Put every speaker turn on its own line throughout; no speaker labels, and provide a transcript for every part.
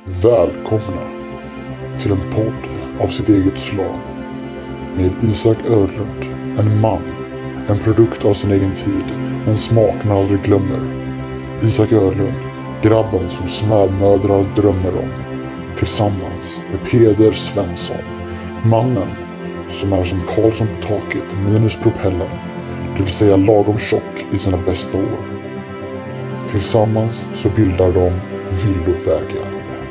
Välkomna till en podd av sitt eget slag med Isak Ödlund, en man, en produkt av sin egen tid, en smak man aldrig glömmer. Isak Ödlund, grabben som smärmödrar drömmer om, tillsammans med Peder Svensson, mannen som är som Karlsson på taket minus propellern, det vill säga lagom tjock i sina bästa år. Tillsammans så bildar de Villovägar.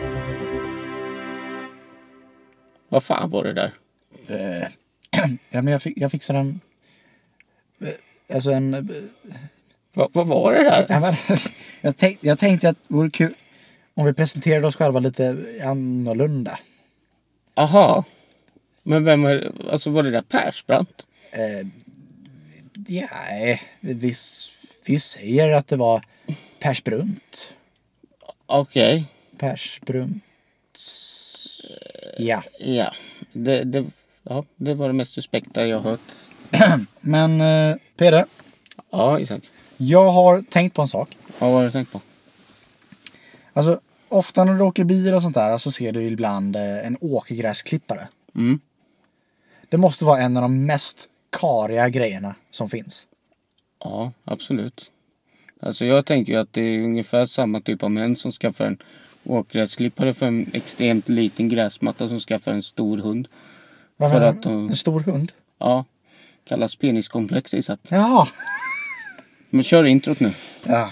Vad fan var det där?
Ja, men jag fixar en... Alltså en...
Vad var det där?
Ja, men, jag tänkte att det vore kul om vi presenterade oss själva lite annorlunda.
Aha. Men vem är... Alltså var det där Persbrandt?
Ja, vi säger att det var Persbrunt.
Okej.
Persbrunt. Ja.
Ja. Det var det mest suspekta jag hört.
Men Peder,
Ja, Isak.
jag har tänkt på en sak.
Ja, vad har du tänkt på?
Alltså, ofta när du åker bil och sånt där så ser du ibland en åkergräsklippare.
Mm.
Det måste vara en av de mest kariga grejerna som finns.
Ja, absolut. Alltså jag tänker ju att det är ungefär samma typ av män som skaffar en åkgräsklippare för en extremt liten gräsmatta som skaffar en stor hund.
Varför
För att
en stor hund?
Ja, kallas peniskomplex, Isak.
Ja.
Men kör introt nu.
Ja.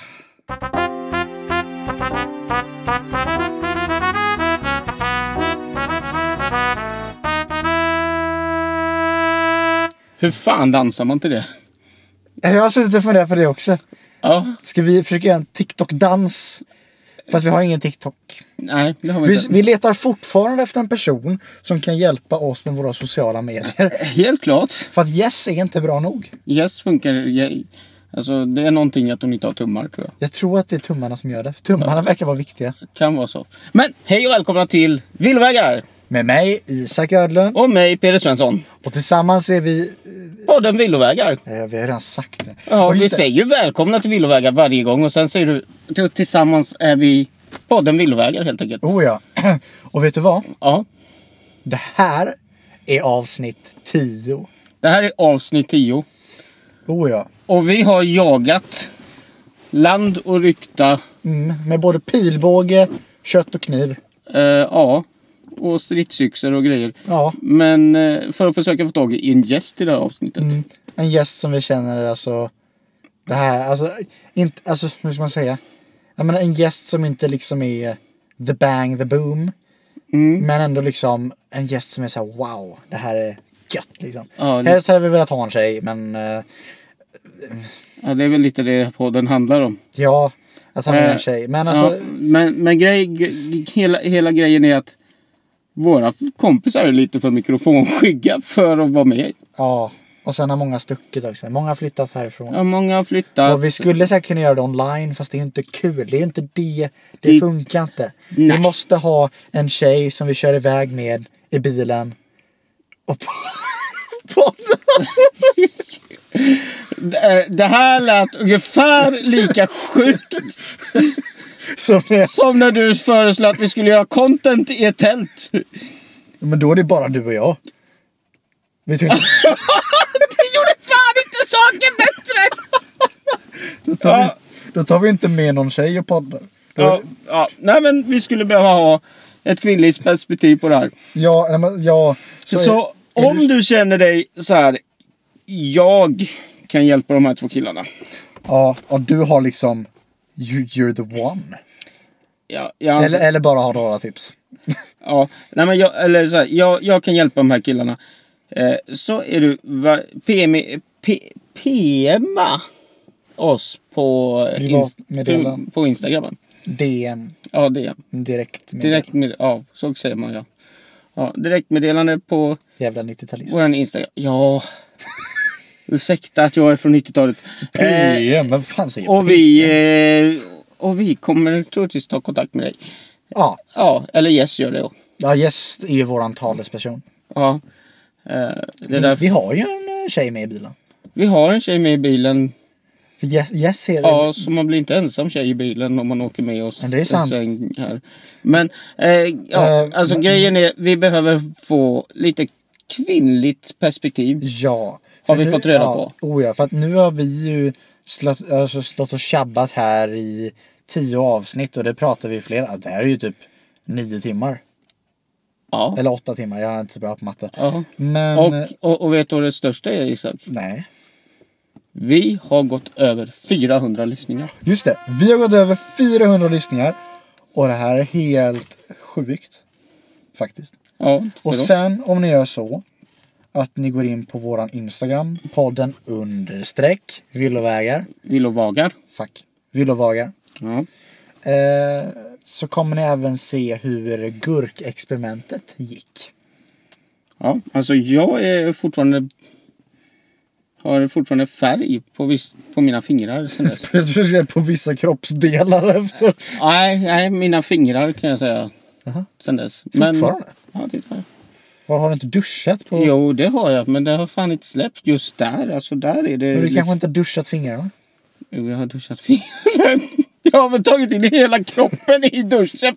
Hur fan dansar man till det?
Jag har suttit och funderat på det också.
Ja.
Ska vi försöka göra en TikTok-dans? Fast vi har ingen TikTok.
Nej, det har vi inte.
Vi letar fortfarande efter en person som kan hjälpa oss med våra sociala medier.
Helt klart.
För att Yes är inte bra nog.
Yes funkar. Alltså det är någonting att de inte har tummar, tror jag.
Jag tror att det är tummarna som gör det. Tummarna verkar vara viktiga.
Kan vara så. Men hej och välkomna till Villovägar.
Med mig, Isak Ödlund.
Och mig, Peder Svensson.
Och tillsammans är vi...
Podden Villovägar.
Vi har redan sagt det.
Ja,
Och
vi
just det.
säger ju välkomna till Villovägar varje gång. Och sen säger du tillsammans är vi podden Villovägar helt enkelt.
Oh ja. Och vet du vad?
Ja.
Det här är avsnitt 10.
Det här är avsnitt 10.
Oh ja.
Och vi har jagat land och rykta.
Med både pilbåge, kött och kniv.
Ja. Och stridsyxor och grejer.
Ja.
Men för att försöka få tag i en gäst i det här avsnittet.
En gäst som vi känner, alltså... Det här, alltså... Inte, alltså, hur ska man säga? Jag menar, en gäst som inte liksom är the bang, the boom. Men ändå liksom en gäst som är så här: wow, det här är gött liksom.
Ja,
Helst hade vi velat ha en tjej, men...
Ja, det är väl lite det podden handlar om.
Ja, att han är en tjej. Men alltså...
Ja, men hela grejen är att våra kompisar är lite för mikrofonskygga för att vara med.
Ja, och sen har många stuckit också. Många har flyttat härifrån.
Ja, många har flyttat.
Och vi skulle säkert kunna göra det online, fast det är inte kul. Det är inte det. Det funkar inte.
Nej.
Vi måste ha en tjej som vi kör iväg med i bilen. Och
Det här lät ungefär lika sjukt som när du föreslog att vi skulle göra content i ett tält.
Men då är det bara du och jag. Vet du inte?
Det gjorde fan inte saken bättre.
Då tar vi inte med någon tjej och poddar.
Ja. Nej, men vi skulle behöva ha ett kvinnligt perspektiv på det här.
Ja.
Så om du känner dig så här: jag kan hjälpa de här två killarna.
Ja, och du har liksom... You're the one.
Ja,
Eller bara har några tips.
Ja, nej men jag kan hjälpa de här killarna. Så är du PMa oss på på Instagram.
DM.
Ja, DM.
Direkt
med, ja, så säger man, ja. Ja, direktmeddelande på
jävla 90-talist.
Vår Instagram. Ja. Ursäkta att jag är från 90-talet.
PM, vad fan säger
och vi kommer troligtvis ta kontakt med dig.
Ja.
Ja, eller Yes gör det då.
Ja, Yes är ju våran talesperson.
Ja.
Vi har ju en tjej med i bilen.
Vi har en tjej med i bilen.
Yes ser det.
Ja, så man blir inte ensam tjej i bilen om man åker med oss.
Men det är sant.
Här. Men alltså grejen är, vi behöver få lite kvinnligt perspektiv.
Ja.
Har vi fått reda på.
Ja, för att nu har vi ju stått och tjabbat här i 10 avsnitt och det pratar vi flera. Det här är ju typ 9 timmar.
Ja.
Eller 8 timmar, jag är inte så bra på matte.
Ja.
Men...
Och vet du vad det största är, Isak?
Nej.
Vi har gått över 400 lyssningar.
Just det, vi har gått över 400 lyssningar. Och det här är helt sjukt. Faktiskt.
Ja,
och sen om ni gör så att ni går in på våran Instagram, podden _villovägar. Villovägar.
Ja.
Så kommer ni även se hur gurkexperimentet gick.
Ja, alltså jag är har fortfarande färg på mina fingrar sen dess.
Jag tror jag på vissa kroppsdelar efter.
Nej, mina fingrar kan jag säga. Sen dess.
Fortfarande?
Ja, det har jag.
Har du inte duschat på?
Jo, det har jag, men det har fan inte släppt just där. Alltså där är det...
Men du kanske inte har duschat fingrarna?
Jo, jag har duschat fingrarna. Jag har väl tagit in hela kroppen i duschen.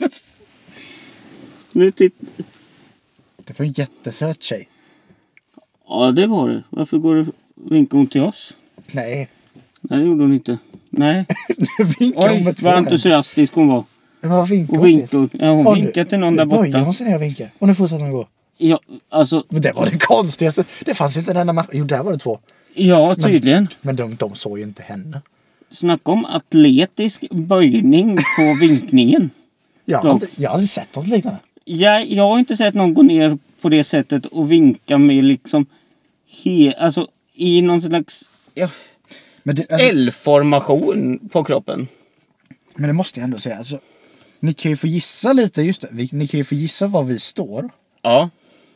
Det var en jättesöt tjej.
Ja, det var det. Varför vinkade hon till oss?
Nej.
Nej, det gjorde hon inte. Nej.
Oj,
vad entusiastisk hon var.
Men vad vinkade
hon? Hon vinkade till någon där borta.
Böjde hon sig ner och vinkade. Och nu fortsatte hon gå.
Ja, alltså...
Men det var det konstigaste. Det fanns inte en enda människa. Jo, där var det 2.
Ja, tydligen.
Men de såg ju inte henne.
Snacka om atletisk böjning på vinkningen.
Jag har aldrig sett något liknande.
Jag har inte sett någon gå ner på det sättet och vinka med liksom... alltså i någon slags... Ja, L-formation på kroppen.
Men det måste jag ändå säga. Alltså, ni kan ju få gissa lite. Just det. Ni kan ju få gissa var vi står.
Ja.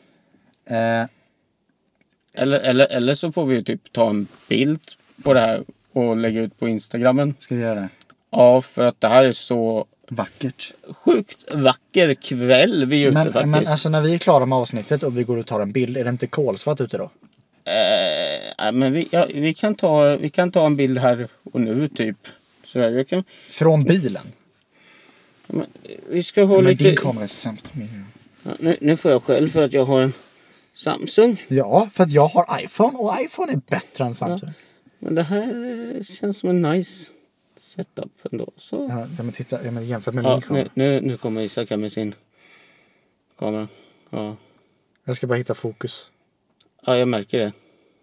Eller så får vi ju typ ta en bild på det här och lägga ut på Instagrammen.
Ska vi göra det?
Ja, för att det här är så
vackert.
Sjukt vacker kväll vi är ute faktiskt.
Men alltså när vi är klara med avsnittet och vi går och tar en bild, är det inte kolsvart ute då?
Men vi kan ta en bild här och nu typ. Så jag kan...
Från bilen?
Men, vi ska ha lite...
din kamera är sämst.
Ja, nu får jag själv för att jag har en Samsung.
Ja, för att jag har iPhone och iPhone är bättre än Samsung. Ja,
men det här känns som en nice setup ändå. Så.
Ja, men titta, jämfört med min kamera.
Nu kommer Isak här med sin kamera. Ja.
Jag ska bara hitta fokus.
Ja, jag märker det.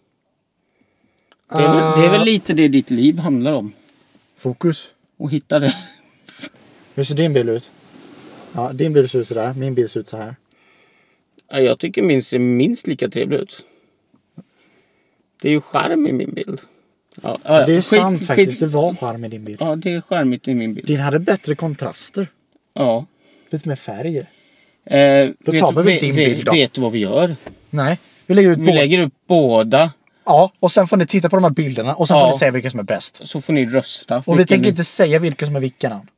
Det är väl lite det ditt liv handlar om.
Fokus.
Och hitta det.
Hur ser din bild ut? Ja, din bild ser ut sådär. Min bild ser ut så här.
Ja, jag tycker min ser minst lika trevlig ut. Det är ju charm i min bild. Ja,
det är sant faktiskt. Det var charm i din bild.
Ja, det är charmigt i min bild.
Din hade bättre kontraster.
Ja.
Lite mer färger. Då tar vi väl din bild då.
Vet du vad vi gör?
Nej. Vi lägger ut
båda.
Ja, och sen får ni titta på de här bilderna. Och sen får ni säga vilka som är bäst.
Så får ni rösta.
Och vi tänker inte säga vilka som är vilka namn.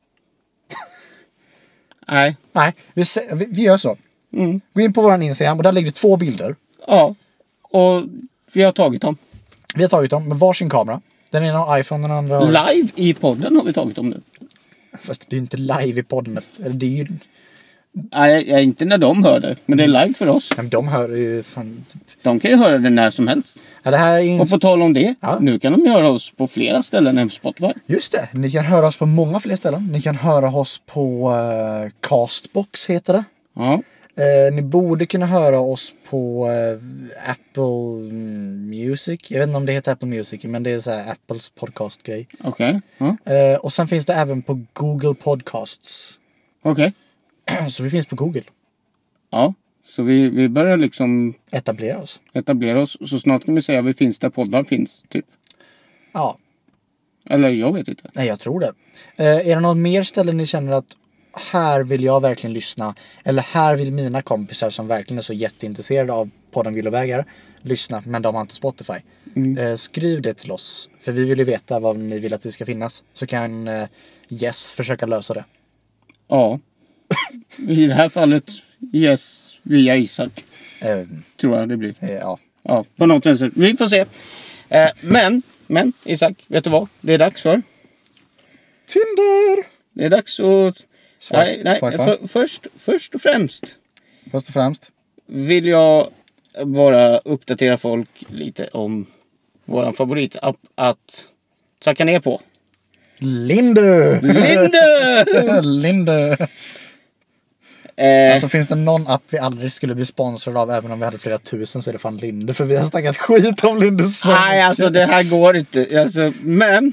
Nej.
Nej, vi gör så. Gå in på våran Instagram och där ligger det 2 bilder.
Ja, och vi har tagit dem.
Vi har tagit dem med varsin kamera. Den ena har iPhone, den andra har...
Live i podden har vi tagit dem nu.
Fast det är ju inte live i podden. Det är ju...
Nej, inte när de hör det. Men det är live för oss.
Men de hör ju fan...
De kan ju höra det när som helst.
Ja, det här är
och på tal om det. Ja. Nu kan de höra oss på flera ställen än Spotify.
Just det. Ni kan höra oss på många fler ställen. Ni kan höra oss på Castbox heter det.
Ja.
Ni borde kunna höra oss på Apple Music. Jag vet inte om det heter Apple Music, men det är så här Apples podcastgrej.
Okej.
Och sen finns det även på Google Podcasts.
Okej.
Så vi finns på Google.
Ja, så vi börjar liksom...
Etablera oss.
Så snart kan vi säga att vi finns där poddar finns, typ.
Ja.
Eller jag vet inte.
Nej, jag tror det. Är det något mer ställe ni känner att här vill jag verkligen lyssna, eller här vill mina kompisar som verkligen är så jätteintresserade av podden Villovägar lyssna, men de har inte Spotify. Skriv det till oss, för vi vill ju veta vad ni vill att det ska finnas. Så kan Yes försöka lösa det.
Ja. I det här fallet Yes via Isak. Tror jag det blir.
Ja.
Ja, på något vänster. Vi får se. Men Men Isak, vet du vad? Det är dags för.
Tinder!
Det är dags att... Nej,
Swipa.
först och främst
Först och främst.
vill jag bara uppdatera folk lite om våran favoritapp att tracka ner på.
Lindu!
Lindu!
Lindu! Alltså finns det någon app vi aldrig skulle bli sponsrade av även om vi hade flera tusen, så är det fan Lindu. För vi har snackat skit om Lindu så
Nej,
mycket.
alltså det här går inte. Alltså, men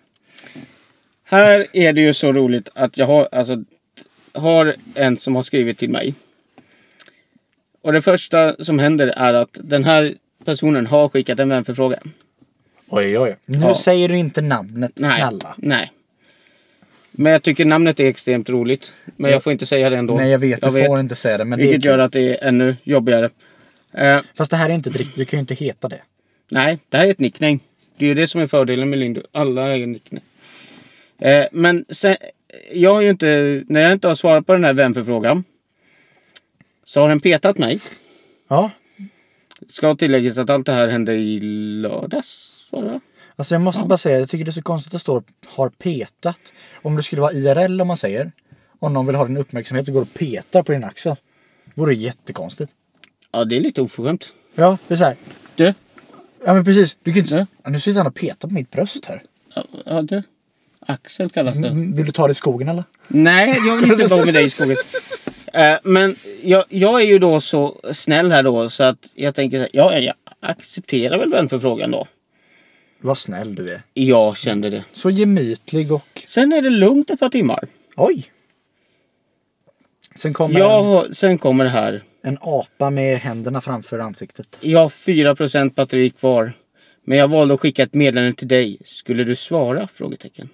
här är det ju så roligt att jag har en som har skrivit till mig. Och det första som händer är att den här personen har skickat en vänförfrågan.
Oj. Nu säger du inte namnet, snälla.
Nej. Men jag tycker namnet är extremt roligt. Men jag får inte säga det ändå.
Nej, jag vet. Du får inte säga det. Men
vilket
det
gör att det är ännu jobbigare.
Fast det här är inte ett riktigt. Du kan ju inte heta det.
Nej, det här är ett nickname. Det är ju det som är fördelen med Lindu. Alla är nickname. Men sen, jag har ju inte... När jag inte har svarat på den här vänförfrågan så har den petat mig.
Ja.
Ska tilläggas att allt det här hände i lördags. Va?
Alltså jag måste bara säga, jag tycker det är så konstigt att det står har petat. Om det skulle vara IRL om man säger. Om någon vill ha din uppmärksamhet och går och petar på din axel. Vore jättekonstigt.
Ja, det är lite oförskämt.
Ja, det är så här.
Du?
Ja men precis. Du kan inte...
Ja.
Ja, nu sitter han och petar på mitt bröst här.
Ja, du. Axel kallas det.
Vill du ta det i skogen eller?
Nej, jag vill inte vara med dig i skogen. Men jag är ju då så snäll här då så att jag tänker så här, ja, jag accepterar väl vänförfrågan då.
Vad snäll du är.
Jag kände det.
Så gemytlig och...
Sen är det lugnt ett par timmar.
Oj! Sen kommer
Sen kommer det här.
en apa med händerna framför ansiktet.
Jag har 4% batteri kvar. Men jag valde att skicka ett meddelande till dig. Skulle du svara? Frågetecken.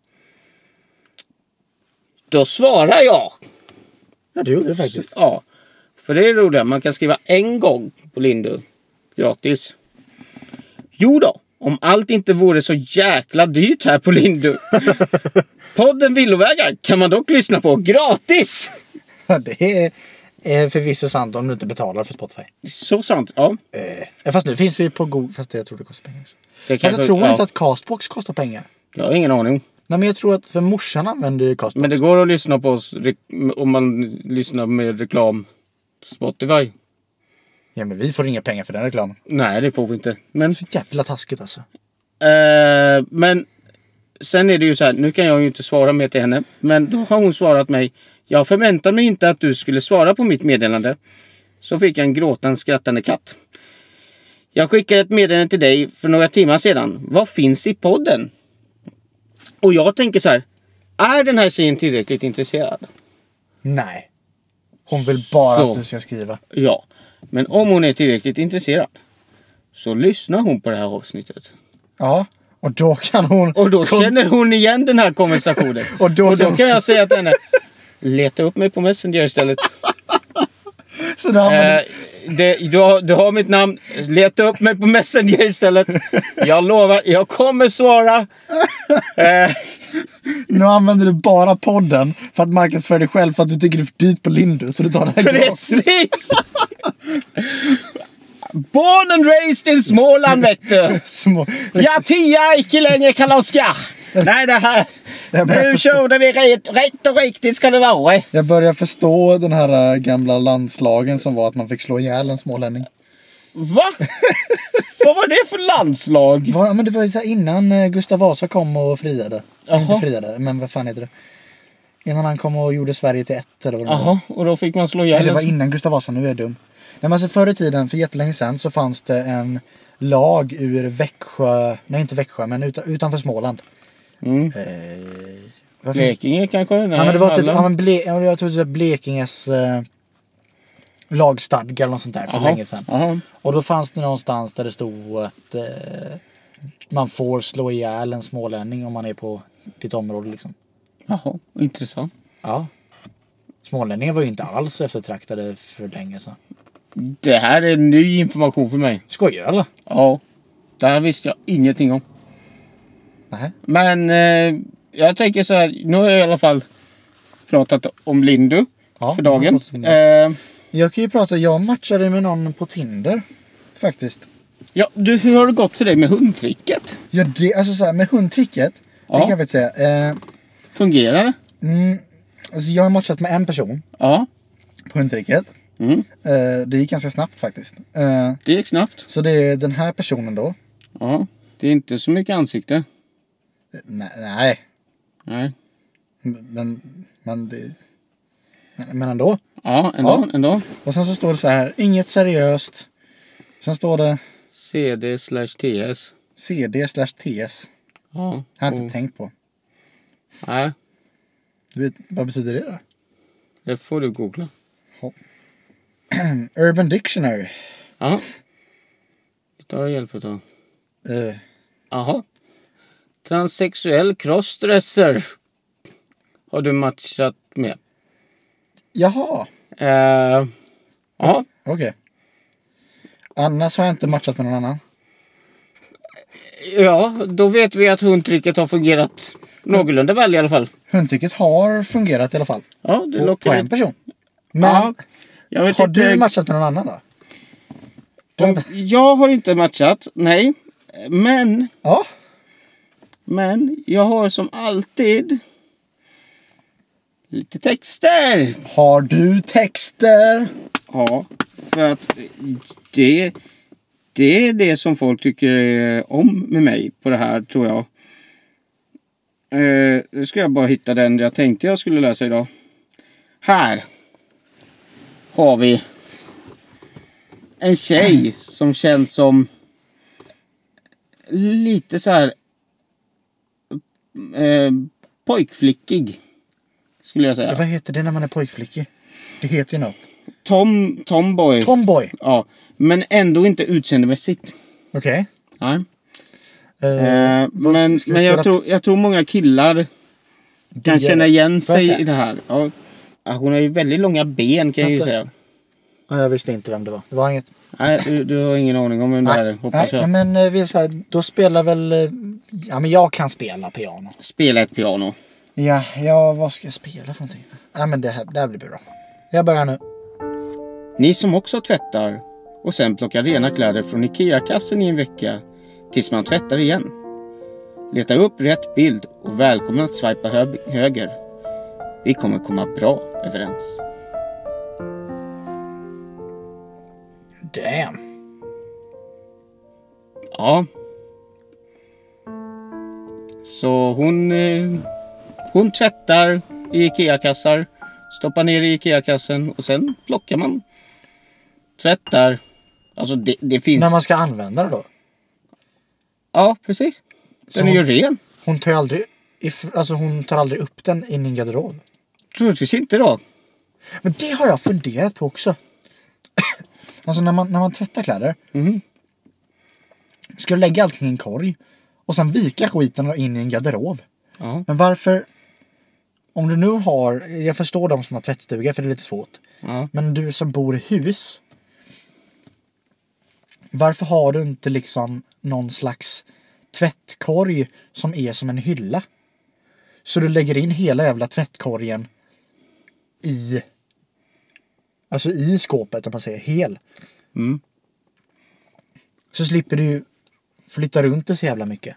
Då svarar jag.
Ja, det gjorde det faktiskt.
Ja. För det är roligt. Man kan skriva en gång på Lindu. Gratis. Jo då. Om allt inte vore så jäkla dyrt här på Lindu. Podden Villovägar kan man dock lyssna på gratis.
Det är förvisso sant om du inte betalar för Spotify.
Så sant, ja.
Fast nu finns vi på god... Fast jag tror det kostar pengar också.
Det
Fast jag tror inte att Castbox kostar pengar.
Jag har ingen aning.
Nej, men jag tror att för morsan använder Castbox.
Men det går att lyssna på oss om man lyssnar med reklam Spotify.
Ja, men vi får inga pengar för den reklamen.
Nej, det får vi inte. Men,
Så jävla taskigt alltså.
men sen är det ju så här, nu kan jag ju inte svara mer till henne. Men då har hon svarat mig, jag förväntar mig inte att du skulle svara på mitt meddelande. Så fick jag en gråtande skrattande katt. Jag skickade ett meddelande till dig för några timmar sedan. Vad finns i podden? Och jag tänker så här, är den här tjejen tillräckligt intresserad?
Nej. Hon vill bara
Så.
att du ska skriva.
Ja, men om hon är tillräckligt intresserad så lyssnar hon på det här avsnittet.
Ja, och då kan hon...
Och då känner hon igen den här konversationen.
Och då
kan jag säga till henne, leta upp mig på Messenger istället.
Så då använder...
Du har mitt namn, leta upp mig på Messenger istället. Jag lovar, jag kommer svara.
Nu använder du bara podden för att marknadsföra dig själv för att du tycker det är för dyrt på Lindu. Så du tar det här gratis.
Precis! Born and raised in Småland, vet du. Jag tia icke längre Karl-Oskar. Nej, det här... Nu körde vi rätt och riktigt ska det vara.
Jag börjar förstå den här gamla landslagen som var att man fick slå ihjäl en smålänning.
Va? Vad var det för landslag?
Men det var ju så här innan Gustav Vasa kom och friade.
Jaha.
Inte friade, men vad fan heter det? Innan han kom och gjorde Sverige till ett eller vad det var.
Jaha, och då fick man slå ihjäl.
Eller det var innan Gustav Vasa, nu är jag dum. Nej, men alltså förr i tiden, för jättelänge sedan, så fanns det en lag ur Växjö, nej inte Växjö, men utanför Småland.
Blekinge kanske? Nej,
ja, men det var typ, jag tror det var Blekinges lagstadga eller något sånt där för länge sedan.
Aha.
Och då fanns det någonstans där det stod att man får slå ihjäl en smålänning om man är på ditt område liksom.
Jaha, intressant.
Ja. Smålänningar var ju inte alls eftertraktade för länge sedan.
Det här är ny information för mig.
Skojar eller?
Ja, det här visste jag ingenting om.
Nej.
Men jag tänker så här, nu har jag i alla fall pratat om Lindu för dagen.
Jag kan ju prata, jag matchade med någon på Tinder faktiskt.
Ja, hur har det gått för dig med hundtricket?
Ja, det, alltså så här, med hundtricket,
Ja.
det kan jag väl säga.
Fungerar det?
Alltså jag har matchat med en person
Ja.
på hundtricket.
Mm.
Det gick ganska snabbt faktiskt.
Det gick snabbt.
Så det är den här personen då.
Ja. Det är inte så mycket ansikte.
Nej.
Nej.
Men ändå.
Ja,
Ja.
ändå.
Och sen så står det så här, inget seriöst. Sen står det
CD/TS.
CD/TS.
Ja.
Har jag inte tänkt på.
Nej,
Du vet, vad betyder det då?
det får du googla.
Urban Dictionary.
Ja. Det tar hjälp ett tag. Jaha. Transsexuell crossdresser. Har du matchat med?
Jaha,
Ja.
okej. Annars har jag inte matchat med någon annan.
Ja, då vet vi att hundtricket har fungerat någorlunda väl i alla fall.
Hundtricket har fungerat i alla fall.
Ja, det
På
lockar
en
in.
person. Men
Ja, jag vet
har
inte.
du matchat med någon annan då?
Jag har inte matchat, nej.
Ja.
Men jag har som alltid lite texter.
Har du texter?
Ja, för att det är det som folk tycker om med mig på det här, tror jag. Nu ska jag bara hitta den jag tänkte jag skulle läsa idag. Här har vi en tjej som känns som lite så här pojkflickig, skulle jag säga.
Vad heter det när man är pojkflickig? Det heter ju något.
Tomboy.
Tomboy.
Ja, men ändå inte utseendemässigt.
Okej.
Nej.
Vad
Men
ska vi spela?
jag tror många killar kan känna igen
Får jag
sig
se?
i det här. Ja. Ja, hon har ju väldigt långa ben, kan jag ju
Vänta.
säga.
Ja, jag visste inte vem det var. Det var inget.
Nej, du har ingen aning om vem det här är, hoppas
Nej,
jag.
men vi så här, då spelar väl... Ja, men jag kan spela piano.
Spela ett piano.
Ja, vad ska jag spela för någonting? Ja, men det här blir bra. Jag börjar nu.
Ni som också tvättar och sen plockar rena kläder från Ikea-kassen i en vecka tills man tvättar igen. Leta upp rätt bild och välkomna att swipa höger. Vi kommer komma bra överens.
Damn.
Ja. Så hon tvättar i Ikea-kassar, stoppar ner i Ikea-kassen och sen plockar man. Tvättar. Alltså det finns...
När man ska använda det då?
Ja, precis. Den
Så
är ju ren.
Hon tar ju aldrig... hon tar aldrig upp den in i en garderob.
Troligtvis inte då.
Men det har jag funderat på också. Alltså när man tvättar kläder. Ska du lägga allting i en korg. Och sen vika skiten in i en garderob.
Ja.
Men varför... Om du nu har... Jag förstår de som har tvättstuga för det är lite svårt.
Ja.
Men du som bor i hus. Varför har du inte liksom någon slags tvättkorg som är som en hylla? Så du lägger in hela jävla tvättkorgen i... Alltså i skåpet om man säger hel.
Mm.
Så slipper du flytta runt det så jävla mycket.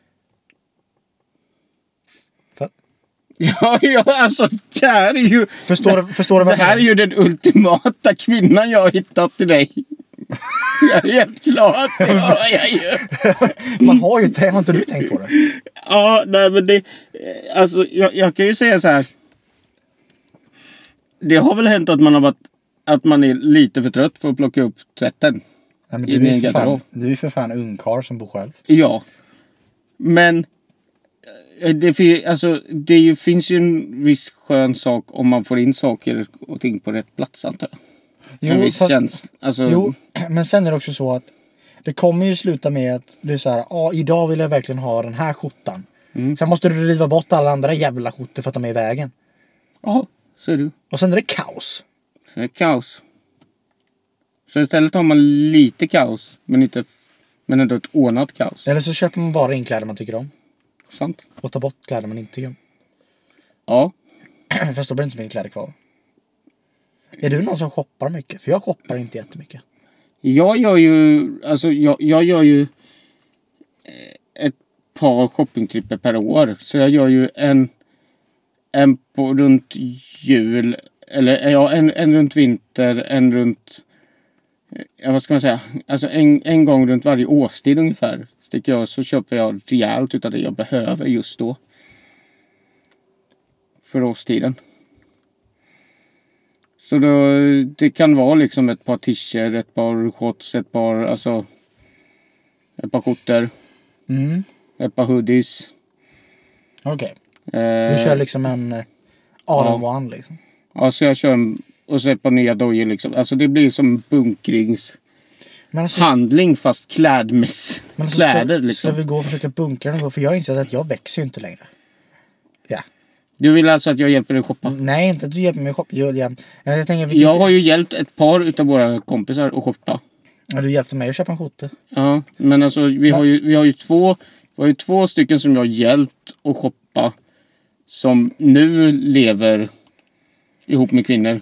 Ja, alltså det här är ju...
Förstår du vad
Det här är ju den ultimata kvinnan jag har hittat till dig. Jag är helt klart. Ja, jag gör.
Man har ju tänkt, har inte du tänkt på det?
Ja, nej men det... Alltså jag kan ju säga så här. Det har väl hänt att att man är lite för trött för att plocka upp tvätten.
Nej, men
I min garderob.
du är för fan ungkarl som bor själv.
Ja. Men finns ju en viss skön sak om man får in saker och ting på rätt plats, antar jag. En viss känsla. Alltså,
Jo, men sen är det också så att det kommer ju sluta med att det är så här, ja, idag vill jag verkligen ha den här skjortan. Sen måste du riva bort alla andra jävla skjortor för att de är i vägen.
ja, så är det.
Och sen är det kaos.
Så är det kaos. Så istället har man lite kaos, men ändå ett ordnat kaos.
Eller så köper man bara in kläder man tycker om.
Sant?
Och tar bort kläder man inte tycker om.
Ja.
Fast då blir det inte så mycket kläder kvar. Är du någon som shoppar mycket? För jag shoppar inte jättemycket.
Jag gör ju, alltså jag gör ju ett par shoppingtripper per år. Så jag gör ju en på runt jul, eller ja, en runt vinter, en runt, ja, vad ska man säga, alltså en gång runt varje årstid ungefär sticker jag, så köper jag rejält utav det jag behöver just då. För årstiden. Så då, det kan vara liksom ett par t-shirts, ett par shorts, ett par skjortor, ett par hoodies.
Okej. Du kör liksom en all-in-one liksom.
Ja, så jag kör och så ett par nya dojor liksom. Alltså det blir som bunkringshandling fast kläder liksom.
Ska vi gå och försöka bunkra den då? För jag har insett att jag växer ju inte längre. Ja.
Du vill alltså att jag hjälper dig att shoppa?
Nej, inte att du hjälper mig att shoppa.
Jag har ju hjälpt ett par utav våra kompisar att shoppa.
Ja, du hjälpte mig att köpa en skjorta.
Ja, men alltså vi har ju två stycken som jag har hjälpt att shoppa som nu lever ihop med kvinnor.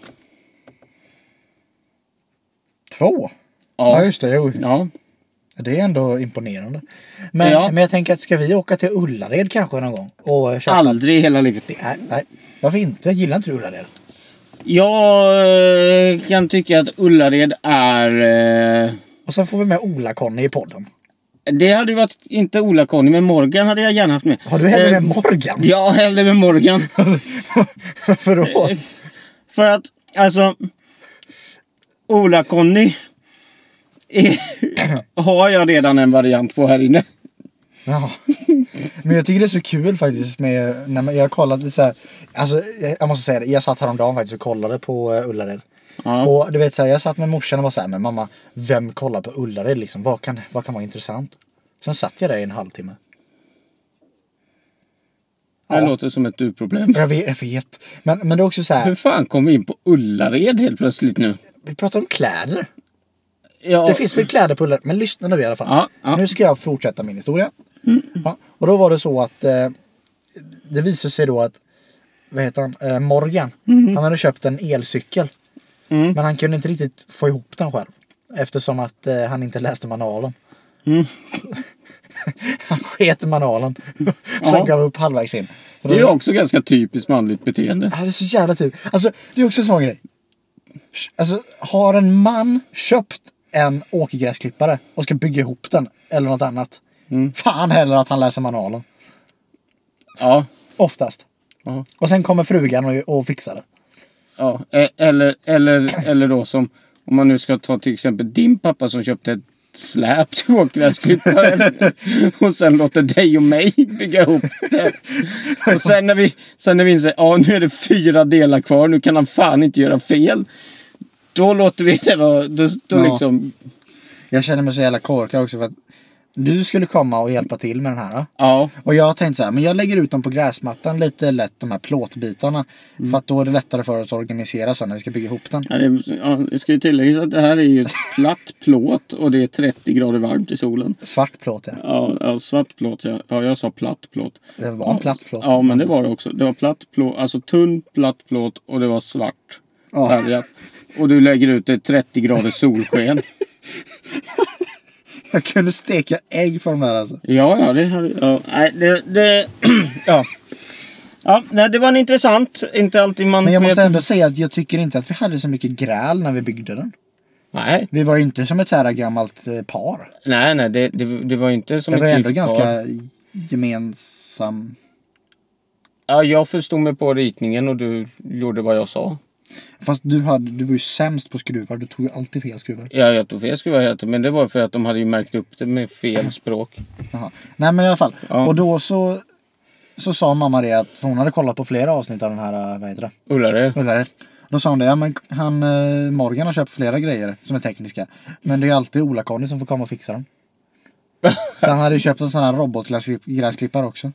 2?
Ja,
Ja just det. Jo.
Ja.
Det är ändå imponerande. Men jag tänker att ska vi åka till Ullared kanske någon gång? Och köpa...
Aldrig i hela livet.
Nej. Varför inte? Gillar inte du Ullared?
Jag kan tycka att Ullared är...
Och sen får vi med Ola-Conny i podden.
Det hade ju varit inte Ola-Conny, men Morgan hade jag gärna haft med.
Har du hellre med Morgan?
Ja, hellre med Morgan.
Varför då?
För att, alltså... Ola-Conny har jag redan en variant på här inne.
Ja. Men jag tycker det är så kul faktiskt med när jag kollade så här, alltså jag måste säga det, jag satt häromdagen faktiskt och kollade på Ullared. Ja. Och du vet så här, jag satt med morsan och var så här, men mamma, vem kollar på Ullared liksom? Vad kan vara intressant? Sen satt jag där i en halvtimme.
Det låter som ett du-problem.
Jag vet. Men det är också så här.
Hur fan kom vi in på Ullared helt plötsligt nu?
Vi pratar om kläder.
Ja.
Det finns väl kläder på Ullared, men lyssna nu i alla fall.
Ja.
Nu ska jag fortsätta min historia. Ja, och då var det så att det visade sig då att Morgan, han hade köpt en elcykel. Men han kunde inte riktigt få ihop den själv. Eftersom att han inte läste manualen. Han sket i manualen. Sen gav upp halvvägs in.
Det är också ganska typiskt manligt beteende.
Ja, det är så jävla typ. Alltså, det är också en sån grej. Alltså, har en man köpt en åkergräsklippare och ska bygga ihop den eller något annat. Fan heller att han läser manualen.
Ja.
Oftast.
Ja.
Och sen kommer frugan och fixar det.
Ja, eller då som om man nu ska ta till exempel din pappa som köpte ett släp till åkergräsklippare och sen låter dig och mig bygga ihop det. Och sen när vi inser nu är det 4 delar kvar, nu kan han fan inte göra fel. Då låter vi det vara, då liksom...
Jag känner mig så jävla korkad också för att du skulle komma och hjälpa till med den här. Då.
Ja.
Och jag tänkte så här, men jag lägger ut dem på gräsmattan lite lätt, de här plåtbitarna. För att då är det lättare för oss att organisera sen när vi ska bygga ihop den.
Jag ska ju tillägga att det här är ju platt plåt och det är 30 grader varmt i solen.
Svart plåt, ja.
Ja, svart plåt. Ja, jag sa platt plåt.
Det var en platt plåt.
Ja, men det var det också. Det var platt plåt, alltså tunn platt plåt och det var svart. Ja. Och du lägger ut det 30 grader solsken.
Jag kunde steka ägg på de där alltså.
Ja, det hade... Ja, nej, nej, det var en intressant. Inte alltid man...
Men jag måste ändå säga att jag tycker inte att vi hade så mycket gräl när vi byggde den.
Nej.
Vi var ju inte som ett så här gammalt par.
Nej, det var inte som ett
par. Det var ändå
giftpar.
ganska gemensam...
Ja, jag förstod mig på ritningen och du gjorde vad jag sa.
Fast du var ju sämst på skruvar. Du tog ju alltid fel skruvar.
Ja, jag tog fel skruvar. Men det var för att de hade ju märkt upp det med fel språk.
Jaha. Nej, men i alla fall.
Ja.
Och då så sa mamma det att hon hade kollat på flera avsnitt av den här, vad heter det?
Ullared.
Då sa hon det, ja men Morgan har köpt flera grejer som är tekniska. Men det är alltid Ola-Conny som får komma och fixa dem. Så han hade ju köpt en sån här robotgräsklippare också.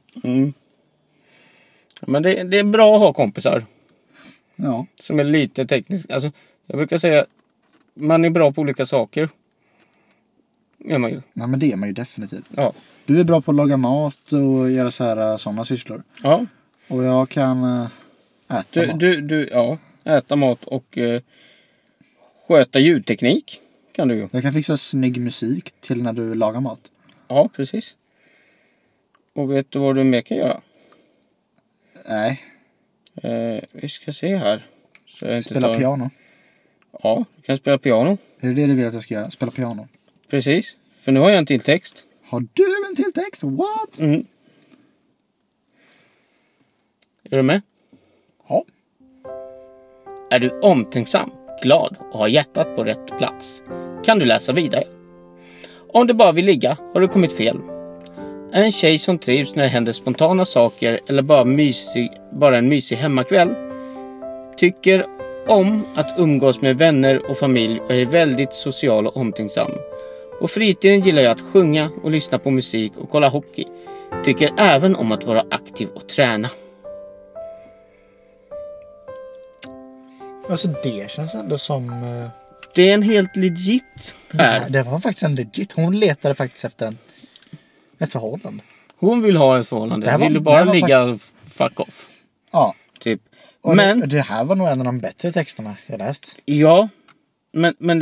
Men det är bra att ha kompisar.
Ja.
Som är lite tekniska. Alltså, jag brukar säga man är bra på olika saker. Är man ju.
Ja, men det är man ju definitivt.
Ja.
Du är bra på att laga mat och göra sådana sysslor.
Ja.
Och jag kan äta mat.
Äta mat och sköta ljudteknik kan du ju.
Jag kan fixa snygg musik till när du lagar mat.
Ja, precis. Och vet du vad du mer kan göra?
Nej.
Vi ska se här. Så jag inte
Spela piano.
Ja, du kan spela piano.
Är det du vill att jag ska göra? Spela piano?
Precis. För nu har jag en till text.
Har du en till text? What?
Mm. Är du med?
Ja.
Är du omtänksam, glad och har hjärtat på rätt plats kan du läsa vidare. Om du bara vill ligga har du kommit fel. Är en tjej som trivs när det händer spontana saker eller bara en mysig hemmakväll. Tycker om att umgås med vänner och familj och är väldigt social och omtänksam. På fritiden gillar jag att sjunga och lyssna på musik och kolla hockey. Tycker även om att vara aktiv och träna.
Alltså det känns ändå som...
Det är en helt legit här.
Det var faktiskt en legit. Hon letade faktiskt efter ett förhållande.
Hon vill ha ett förhållande. Vill du bara ligga fuck off.
Ja.
Typ.
Och
Men
det här var nog en av de bättre texterna jag läst.
ja. Men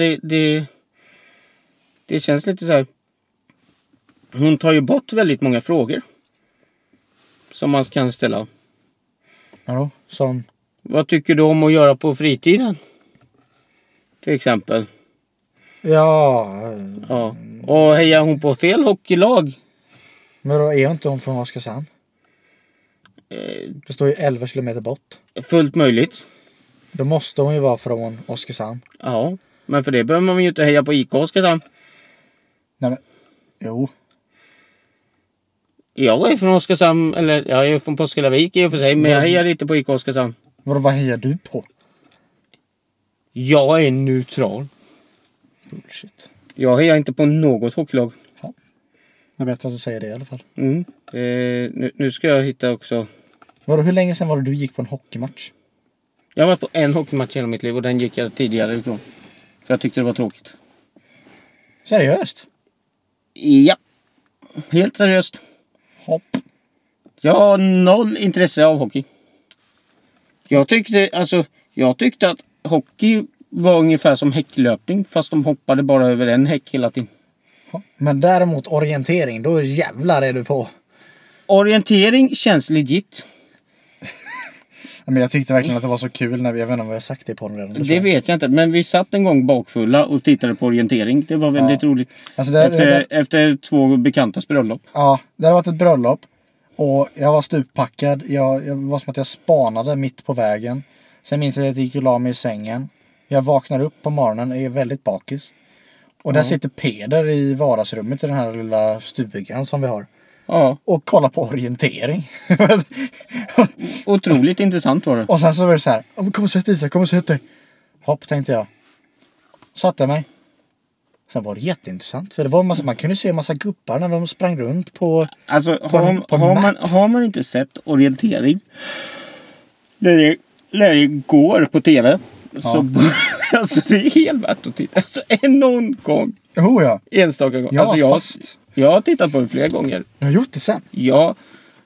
det känns lite så här. Hon tar ju bort väldigt många frågor. Som man kan ställa.
Ja, som...
Vad tycker du om att göra på fritiden? Till exempel.
Ja.
Ja. Och hejar hon på fel hockeylag?
Men då är inte hon från Oskarshamn? Det står ju 11 kilometer bort.
Fullt möjligt.
Då måste hon ju vara från Oskarshamn.
Ja. Men för det behöver man ju inte heja på IK Oskarshamn.
Nej men, jo.
Jag är från Oskarshamn, eller jag är från Påskallavik i och för sig, men jag hejar inte på IK Oskarshamn.
Vad hejar du på?
Jag är neutral.
Bullshit.
Jag hejar inte på något hockeylag.
Ja. Jag vet att du säger det i alla fall.
Mm. Nu ska jag hitta också.
Hur länge sedan var det du gick på en hockeymatch?
Jag har varit på en hockeymatch i hela mitt liv och den gick jag tidigare ifrån. För jag tyckte det var tråkigt.
Seriöst?
Ja. Helt seriöst.
Hopp.
Jag har noll intresse av hockey. Jag tyckte att hockey var ungefär som häcklöpning. Fast de hoppade bara över en häck hela tiden.
Ja. Men däremot orientering, då jävlar är du på.
Orientering känns legit.
Men jag tyckte verkligen att det var så kul när jag vet inte vad jag sagt det på den redan.
Det vet jag inte. Men vi satt en gång bakfulla och tittade på orientering. Det var väldigt roligt.
Alltså
efter 2 bekantas bröllop.
Ja, det hade varit ett bröllop. Och jag var stuppackad. Jag var som att jag spanade mitt på vägen. Sen minns jag att jag gick och la mig i sängen. Jag vaknar upp på morgonen och är väldigt bakis. Och där sitter Peder i vardagsrummet i den här lilla stugan som vi har.
Ja.
Och kollar på orientering.
Otroligt intressant var det.
Och sen så var det så här. Kom och sätt dig, kom och sätt dig. Hopp, tänkte jag. Satte jag mig. Sen var det jätteintressant. För det var man kunde se en massa guppar när de sprang runt på...
Alltså har man inte sett orientering när det går på tv så alltså det är helt värt att titta. Alltså någon gång.
Jo ja.
Enstaka gång.
Ja,
alltså jag har tittat på det flera gånger.
Jag har gjort det sen.
Ja.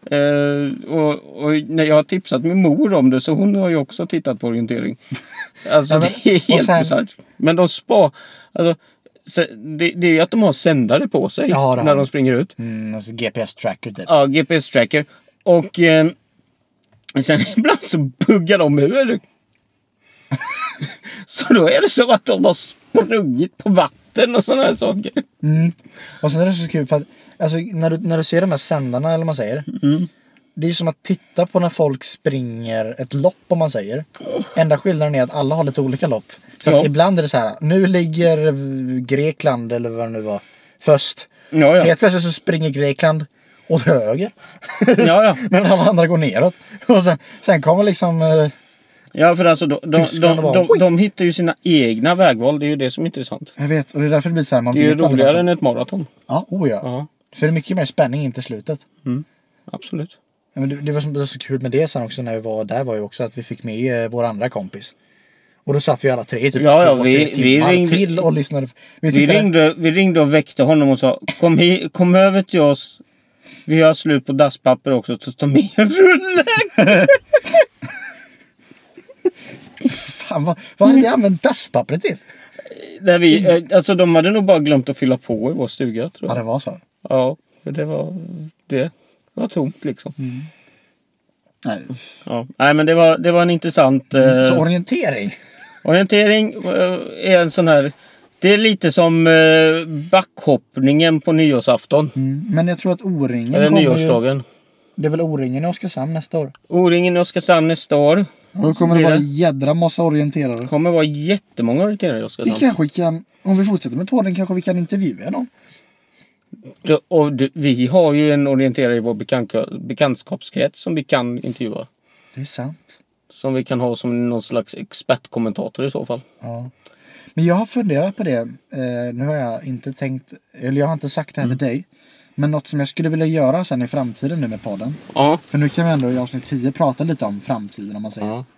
Och när jag har tipsat min mor om det så hon har ju också tittat på orientering. Alltså
ja, men,
det är helt
sen...
bisarrt. Men de alltså det är ju att de har sändare på sig när de springer ut.
Alltså GPS-tracker typ.
Ja, GPS-tracker. Och sen ibland så buggar de ur. Så då är det så att de har sprungit på vatten och sådana här saker.
Mm. Och sen är det så kul för att alltså, när du ser de här sändarna eller vad man säger. Det är ju som att titta på när folk springer ett lopp om man säger. Enda skillnaden är att alla har lite olika lopp. Så att ibland är det så här. Nu ligger Grekland eller vad det nu var först. Ja. Helt plötsligt så springer Grekland åt höger.
Ja.
Men alla andra går neråt. Och sen kommer liksom...
Ja, för alltså de hittar ju sina egna vägval. Det är ju det som är intressant.
Jag vet, och det är därför det blir så här.
Det är ju roligare än ett maraton.
Ja, ja. För det är mycket mer spänning in till slutet.
Absolut.
Ja, men det var så kul med det sen också när vi var där var ju också att vi fick med vår andra kompis. Och då satt vi alla tre typ 2-3 timmar ringde, till och lyssnade.
Vi ringde och väckte honom och sa kom över till oss. Vi har slut på dasspapper också så ta med en rulle.
Fan, vad hade vi använt dasspappret till?
Där vi, alltså de hade nog bara glömt att fylla på i vår stuga, tror
Ja,
jag.
det var så.
Ja, för det var tomt liksom.
Nej.
Ja. Nej, men det var en intressant...
Så orientering.
Orientering är en sån här... Det är lite som backhoppningen på nyårsafton.
Men jag tror att O-ringen
Eller
kommer
nyårsdagen.
ju... Det är väl O-ringen i Oskarshamn nästa år.
O-ringen i Oskarshamn nästa år.
Och då kommer det vara en jädra massa orienterare.
Det kommer vara jättemånga orienterare i
Vi
Oskarshamn.
kanske kan, om vi fortsätter med podden, kanske vi kan intervjua någon.
Vi har ju en orienterare i vår bekantskapskrets som vi kan intervjua.
Det är sant.
Som vi kan ha som någon slags expertkommentator i så fall.
Ja. Men jag har funderat på det. Nu har jag inte tänkt, eller jag har inte sagt det här till dig. Men något som jag skulle vilja göra sen i framtiden nu med podden.
Ja.
För nu kan vi ändå i avsnitt 10 prata lite om framtiden, om man säger.
Ja.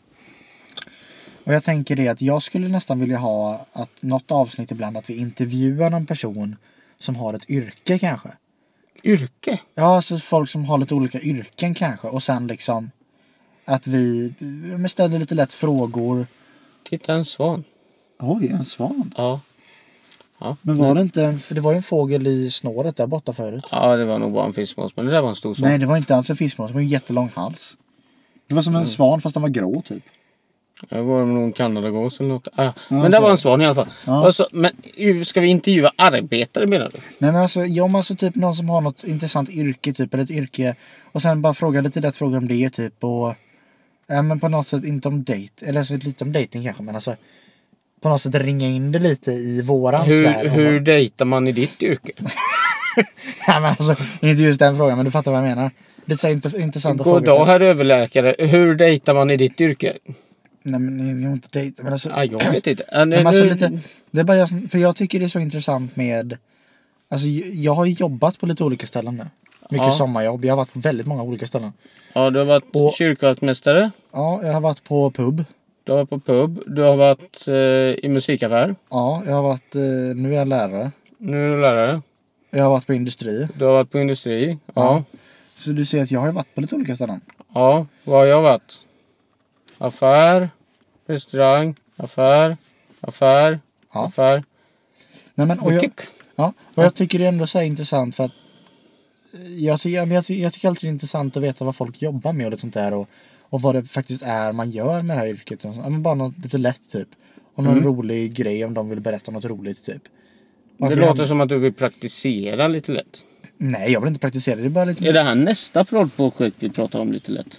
Och jag tänker det att jag skulle nästan vilja ha att något avsnitt ibland att vi intervjuar någon person som har ett yrke kanske.
Yrke?
Ja, alltså folk som har lite olika yrken kanske. Och sen liksom att vi ställer lite lätt frågor.
Titta, en svan.
Oj, en svan.
Ja.
Men var det inte, för det var ju en fågel i snåret där borta förut.
Ja, det var nog bara en fiskmås, men det där var en stor svan.
Nej, det var inte alls en fiskmås, det var en jättelång hals. Det var som en svan fast den var grå typ.
Det var nog en kanadagås eller något. Men det var en svan i alla fall.
Ja.
Alltså, men ska vi intervjua arbetare, menar du?
Nej, men alltså typ någon som har något intressant yrke typ, eller ett yrke. Och sen bara fråga lite lätt frågor om det typ. Och men på något sätt inte om date, eller alltså lite om dating kanske, men alltså på något sätt ringa in det lite i våran sfär.
Hur dejtar man i ditt yrke?
Ja, men alltså inte just den frågan, men du fattar vad jag menar. Det är så intressanta frågor.
God dag, herr överläkare. Hur dejtar man i ditt yrke?
Nej, men jag inte dejta, men alltså.
Jag vet inte.
Men alltså lite, det är bara för jag tycker det är så intressant med, alltså jag har jobbat på lite olika ställen nu. Mycket sommarjobb. Jag har varit på väldigt många olika ställen.
Ja, du har varit kyrkvaktmästare.
Ja, jag har varit på pub.
Du har varit på pub. Du har varit i musikaffär.
Ja, jag har varit, nu är jag lärare.
Nu är du lärare.
Jag har varit på industri.
Du har varit på industri. Ja.
Så du ser att jag har varit på lite olika ställen.
Ja, vad har jag varit? Affär, restaurang, affär.
Ja.
Affär.
Nej, men, och
Butik.
och jag tycker det är ändå så här intressant för att jag tycker alltid det är intressant att veta vad folk jobbar med och lite sånt där och vad det faktiskt är man gör med det här yrket. Ja, men bara något lite lätt typ. Och någon rolig grej om de vill berätta något roligt typ.
Det låter som att du vill praktisera lite lätt.
Nej, jag vill inte praktisera. Det är bara lite...
Är det här nästa projekt vi pratar om lite lätt?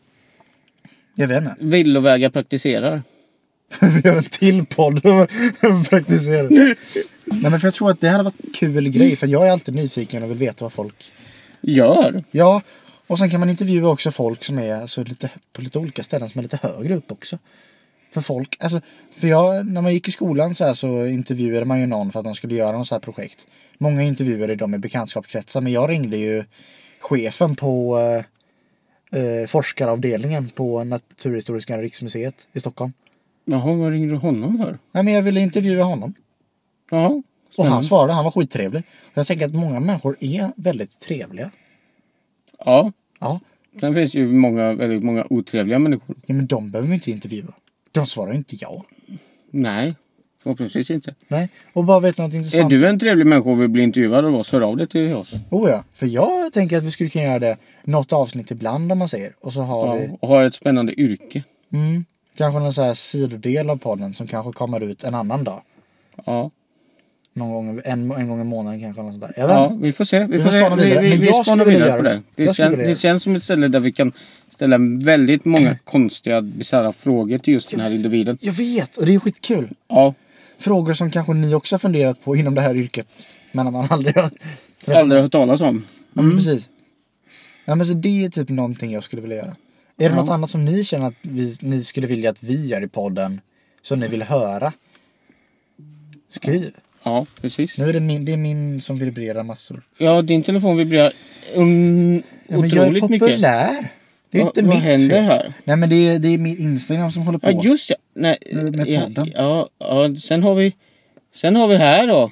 Jag vet inte.
Villovägar praktiserar.
Vi gör en till podd och praktiserar. Nej, men för jag tror att det här har varit en kul grej. För jag är alltid nyfiken och vill veta vad folk
gör.
Ja, och sen kan man intervjua också folk som är alltså, på lite olika ställen som är lite högre upp också. För folk, alltså, när man gick i skolan så intervjuade man ju någon för att man skulle göra något så här projekt. Många intervjuade dem i bekantskapskretsar, men jag ringde ju chefen på forskaravdelningen på Naturhistoriska riksmuseet i Stockholm.
Jaha, vad ringde du honom för?
Nej, men jag ville intervjua honom.
Ja.
Och han svarade, han var skittrevlig. Och jag tänker att många människor är väldigt trevliga.
Ja.
Ja.
Sen finns ju väldigt många otrevliga människor.
Ja, men de behöver vi inte intervjua. De svarar inte ja.
Nej, precis inte.
Nej, och bara vet något intressant.
Är du en trevlig människa och vill bli intervjuad av oss, hör av dig till oss.
Oh ja, för jag tänker att vi skulle kunna göra det något avsnitt ibland om man säger. Och så har vi...
Och har ett spännande yrke.
Kanske någon så här sidodel av podden som kanske kommer ut en annan dag.
Ja.
Någon gång, en gång i månaden kanske. Något sånt där.
Ja, vi får se. Vi
spana vidare.
Vi spanar vidare på det. Det känns som ett ställe där vi kan ställa väldigt många konstiga, bisarra frågor till just den här individen.
Jag vet, och det är skitkul.
Ja.
Frågor som kanske ni också har funderat på inom det här yrket. Men man aldrig har
hört talas om.
Ja, men precis. Ja, men så det är typ någonting jag skulle vilja göra. Är det något annat som ni känner att ni skulle vilja att vi gör i podden? Som ni vill höra? Skriv.
Ja, precis.
Nu är det är min som vibrerar massor.
Ja, din telefon vibrerar otroligt
jag är populär.
Mycket.
Det är inte
vad
mitt
händer
fel.
här?
Nej, men det är min Instagram som håller på.
Ja, just det. Nej,
med podden.
Ja, sen har vi här då.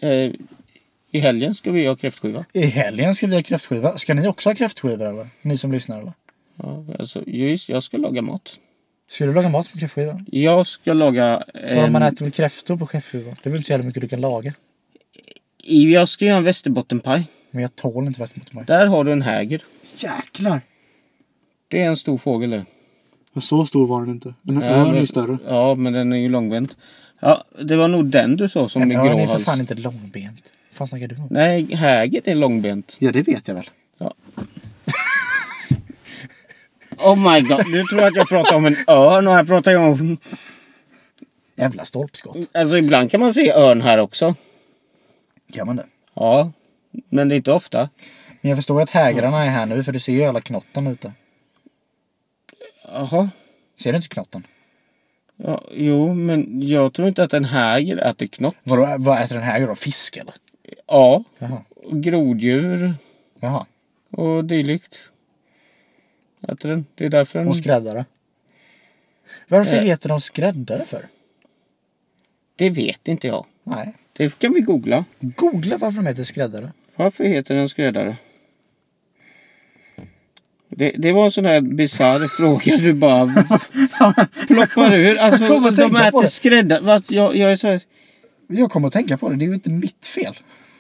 I helgen ska vi ha kräftskiva.
I helgen ska vi ha kräftskiva. Ska ni också ha kräftskivor eller? Ni som lyssnar eller?
Ja, alltså, just, jag ska laga mat.
Ska du laga mat med kräftskiva?
Jag ska laga...
Om man äter väl kräftor på kräftskiva? Det är väl inte så jävla mycket du kan laga.
Jag ska göra en västerbottenpaj.
Men jag tål inte västerbottenpaj.
Där har du en häger.
Jäklar!
Det är en stor fågel det.
Så stor var den inte. En örn är ju större.
Ja, men den är ju långbent. Ja, det var nog den du sa som
En
är
örn är för
gråhals.
fan inte långbent. Vad fan snackar du om?
Nej, häger är långbent.
Ja, det vet jag väl.
Ja. Oh my god, du tror att jag pratar om en örn och här pratar jag om...
Jävla stolpskott.
Alltså ibland kan man se örn här också.
Kan man det?
Ja, men det är inte ofta.
Men jag förstår att hägrarna är här nu för du ser ju alla knotten ute.
Jaha.
Ser du inte knotten?
Ja, jo, men jag tror inte att en häger äter knott.
Vad äter en häger då? Fisk eller?
Ja,
Jaha.
groddjur
Jaha.
och dylikt. Äter den. Det är därför den...
Och skräddare. Varför heter de skräddare för?
Det vet inte jag.
Nej.
Det kan vi googla.
Googla varför de heter skräddare.
Varför heter den skräddare? Det var en sån här bizarr fråga du bara ploppar ur. Alltså, de äter skräddare. Jag är så här...
Jag kommer att tänka på det. Det är ju inte mitt fel.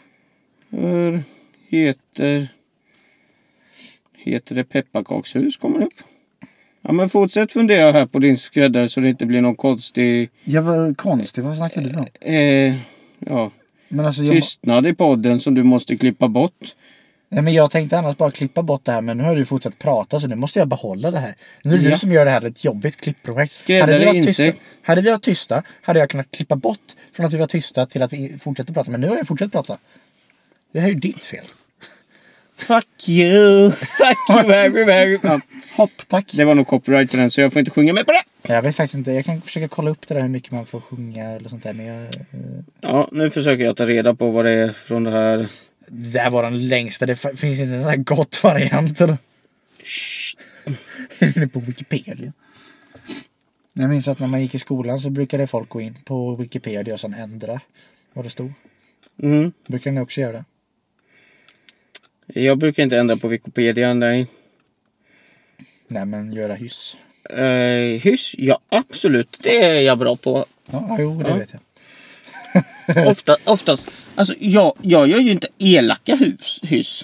Heter det pepparkakshus? Kommer upp. Ja, men fortsätt fundera här på din skräddare så det inte blir någon konstig...
Jag var konstig. Vad snackar du om?
Ja.
Men alltså,
Tystnad i podden som du måste klippa bort.
Ja, men jag tänkte annars bara klippa bort det här. Men nu har du fortsatt prata så nu måste jag behålla det här. Nu är det du som gör det här ett jobbigt klippprojekt. Hade vi varit tysta hade jag kunnat klippa bort från att vi var tysta till att vi fortsätter prata. Men nu har jag fortsatt prata. Det här är ju ditt fel.
Fuck you very much.
Hopp, tack.
Det var nog copyright på den så jag får inte sjunga med på det.
Jag vet faktiskt inte. Jag kan försöka kolla upp det där hur mycket man får sjunga eller sånt där. Men
Ja, nu försöker jag ta reda på vad det är från det här.
Det där var den längsta. Det finns inte en sån här gott variant. Eller? Det är på Wikipedia. Jag minns att när man gick i skolan så brukade folk gå in på Wikipedia och sen ändra vad det stod. Brukar ni också göra det?
Jag brukar inte ändra på Wikipedia, nej.
Nej, men göra hyss.
Hyss? Ja, absolut. Det är jag bra på.
Ja, jo, det vet jag.
Oftast. Alltså, jag gör ju inte elaka hyss.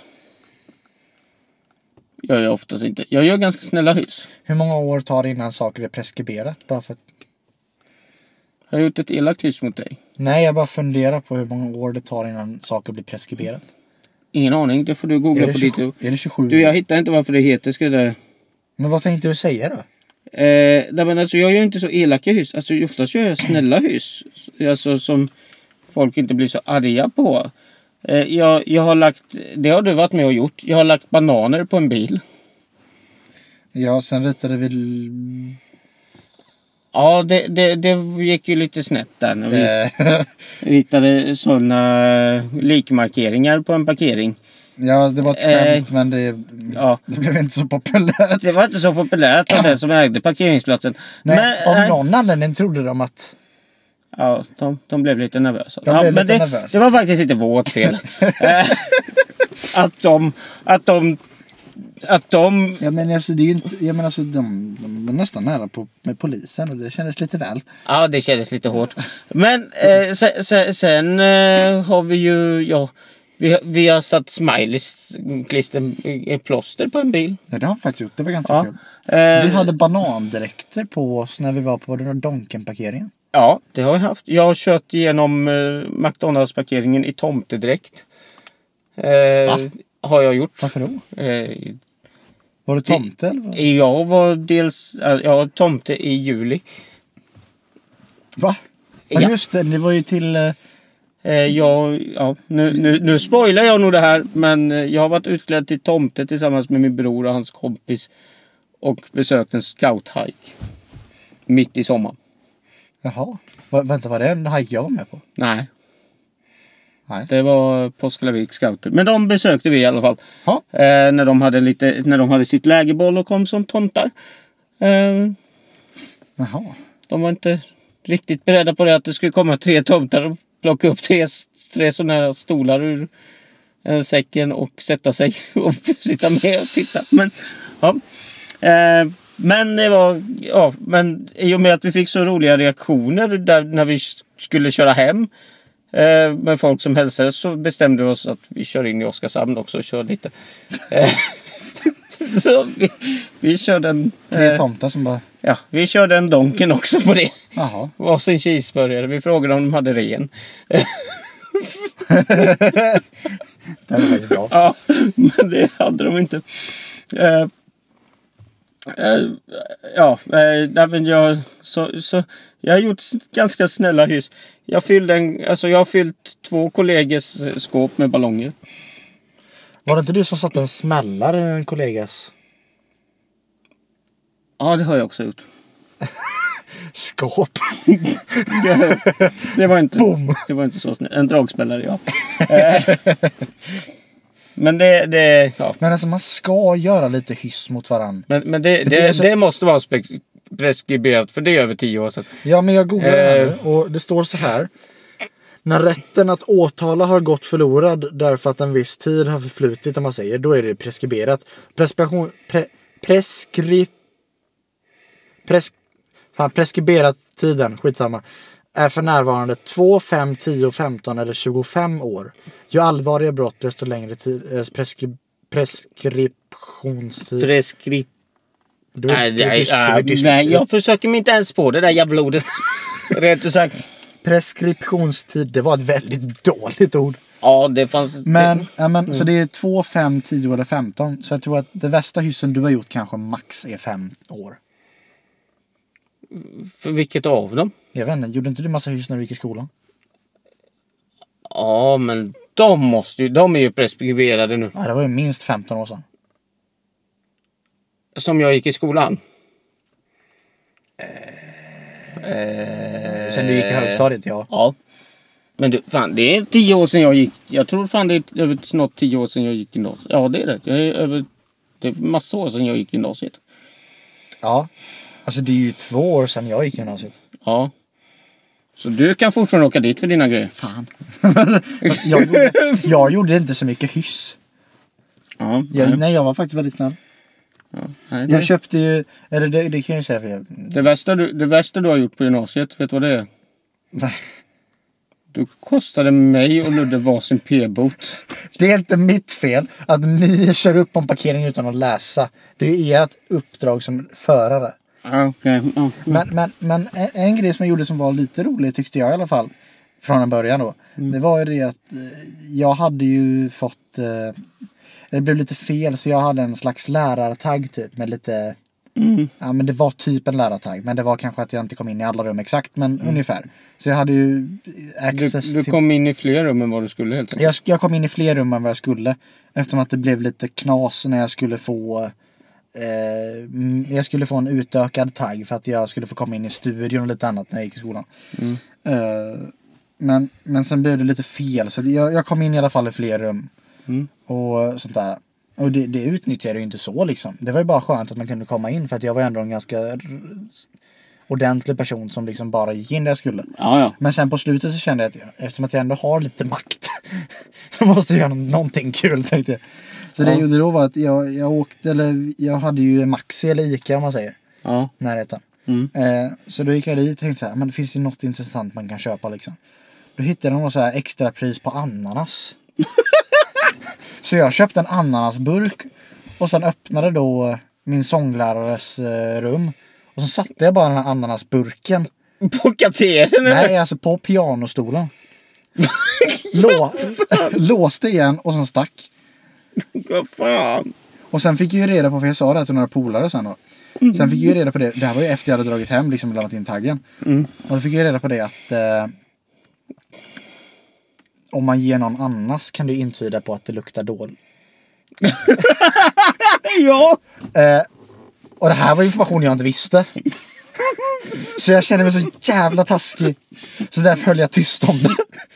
Jag gör oftast inte. Jag gör ganska snälla hyss.
Hur många år tar det innan saker är preskriberat? Bara för att...
Har jag gjort ett elakt hyss mot dig?
Nej, jag bara funderar på hur många år det tar innan saker blir preskriberat.
Ingen aning, det får du googla på ditt.
Är det 27?
Du, jag hittar inte varför det heter skräddare.
Men vad tänkte du säga då?
Nej, men alltså jag gör inte så elaka hyss. Alltså oftast gör jag snälla hyss. Alltså som folk inte blir så arga på. Jag har lagt, det har du varit med och gjort. Jag har lagt bananer på en bil.
Ja, sen ritade vi...
Ja, det gick ju lite snett där när vi ritade sådana likmarkeringar på en parkering.
Ja, det var ett skämt men det blev inte så populärt.
Det var inte så populärt av det som ägde parkeringsplatsen.
Nej, men, av någon anledning trodde de att...
Ja, de blev lite nervösa.
Nervösa.
Det var faktiskt inte vårt fel. Att de...
Ja, men alltså, det är ju inte... Jag menar, alltså, de var nästan nära med polisen och det kändes lite väl.
Ja, det kändes lite hårt. Men sen har vi ju... Ja, vi har satt smiley-klister plåster på en bil.
Ja, det har vi faktiskt gjort. Det var ganska kul. Vi hade banandräkter på oss när vi var på den här Donken-parkeringen.
Ja, det har vi haft. Jag har kört igenom McDonalds-parkeringen i tomtedräkt. Har jag gjort.
Varför då? Var du tomte eller?
Jag var tomte i juli.
Va? Ja, just det. Det var ju till...
Nu spoilar jag nog det här. Men jag har varit utklädd till tomte tillsammans med min bror och hans kompis. Och besökt en scouthike. Mitt i sommaren.
Jaha. Vänta, var det en hike jag var med på?
Nej. Det var Påskalavik scouter. Men de besökte vi i alla fall. När de hade sitt lägerboll och kom som tomtar.
Jaha.
De var inte riktigt beredda på det att det skulle komma 3 tomtar och plocka upp tre sådana här stolar ur säcken och sätta sig och sitta med och titta. Men ja. Men det var, ja, men i och med att vi fick så roliga reaktioner där när vi skulle köra hem med folk som hälsade, så bestämde vi oss att vi kör in i Oskarshamn också och kör lite. Så vi körde en...
Tre tomtar som bara...
Ja, vi körde en Donken också på det.
Jaha.
Varsin cheeseburgare. Vi frågade om de hade ren.
Det var faktiskt bra.
Ja, men det hade de inte. Men jag har gjort ganska snälla hyss. Jag har fyllt 2 kollegors skåp med ballonger.
Var det inte du som satte en smällare i en kollegas
Ja, det har jag också gjort.
skåp?
Det var inte,
Boom.
det var inte så snällt. En dragsmällare, ja. Men det ja.
Men alltså man ska göra lite hyss mot varandra.
Men det måste vara preskriberat, för det är över 10 år sedan.
Ja, men jag googlade det här nu, och det står så här. När rätten att åtala har gått förlorad därför att en viss tid har förflutit, om man säger, då är det preskriberat. Preskriberat tiden, skitsamma, är för närvarande 2, 5, 10, 15 eller 25 år. Ju allvarliga brott desto längre tid, preskriptionstid.
Nej, jag försöker mig inte ens på det där jävla ordet. Rätt sagt.
Preskriptionstid, det var ett väldigt dåligt ord.
Ja, det fanns...
Så det är 2, 5, 10 eller 15. Så jag tror att det värsta hyssen du har gjort kanske max är 5 år.
För vilket av dem?
Jag vet inte, gjorde inte du massa hyss när du gick i skolan?
Ja, men de är ju preskriberade nu.
Ja, det var ju minst 15 år sedan.
Som jag gick i skolan.
Sen du gick i högstadiet, ja.
Ja. Men du, fan, det är 10 år sedan jag gick. Jag tror fan det är över snart 10 år sedan jag gick gymnasiet. Ja, det är det. Det är massa år sedan jag gick gymnasiet.
Ja. Alltså det är ju 2 år sedan jag gick gymnasiet.
Ja. Så du kan fortfarande åka dit för dina grejer.
Fan. jag gjorde inte så mycket hyss.
Ja.
Nej, jag var faktiskt väldigt snäll.
Ja, nej,
jag köpte ju... Eller det kan jag säga för jag...
Det värsta du har gjort på gymnasiet, vet du vad det är?
Nej.
Du kostade mig och Ludde varsin p-bot.
Det är inte mitt fel att ni kör upp på en parkering utan att läsa. Det är ert uppdrag som förare.
Okay.
Men en grej som jag gjorde som var lite rolig, tyckte jag i alla fall, från en början då. Det var ju det att jag hade ju fått... det blev lite fel, så jag hade en slags lärartagg typ med lite... Ja, men det var typ en lärartagg, men det var kanske att jag inte kom in i alla rum exakt, men ungefär. Så jag hade ju access
du kom in i fler rum än vad du skulle helt enkelt.
Jag kom in i fler rum än vad jag skulle, eftersom att det blev lite knas när jag skulle få en utökad tagg för att jag skulle få komma in i studion och lite annat när jag gick i skolan. Men sen blev det lite fel, så jag kom in i alla fall i fler rum och sånt där. Och det utnyttjade jag ju inte så liksom. Det var ju bara skönt att man kunde komma in, för att jag var ändå en ganska ordentlig person som liksom bara gick in där jag skulle.
Ja.
Men sen på slutet så kände jag att eftersom att jag ändå har lite makt så måste jag göra någonting kul, tänkte jag. Så det jag gjorde då var att jag hade ju Maxi eller Ica, om man säger. Ja. Närheten. Så då gick jag dit och tänkte så här, men det finns ju något intressant man kan köpa liksom. Då hittade jag någon så här extra pris på ananas. Så jag köpte en ananasburk och sen öppnade då min sånglärares rum. Och så satte jag bara den här ananasburken.
På katedern?
Nej, alltså på pianostolen. Låste igen och sen stack.
Vad fan?
Och sen fick jag ju reda på, för jag sa det till några polare sen då. Sen fick jag ju reda på det. Det här var ju efter jag hade dragit hem liksom och lämnat in taggen. Och då fick jag reda på det att om man ger någon annas kan det intyda på att det luktar dåligt.
Ja.
Och det här var information jag inte visste. Så jag kände mig så jävla taskig. Så därför höll jag tyst om det.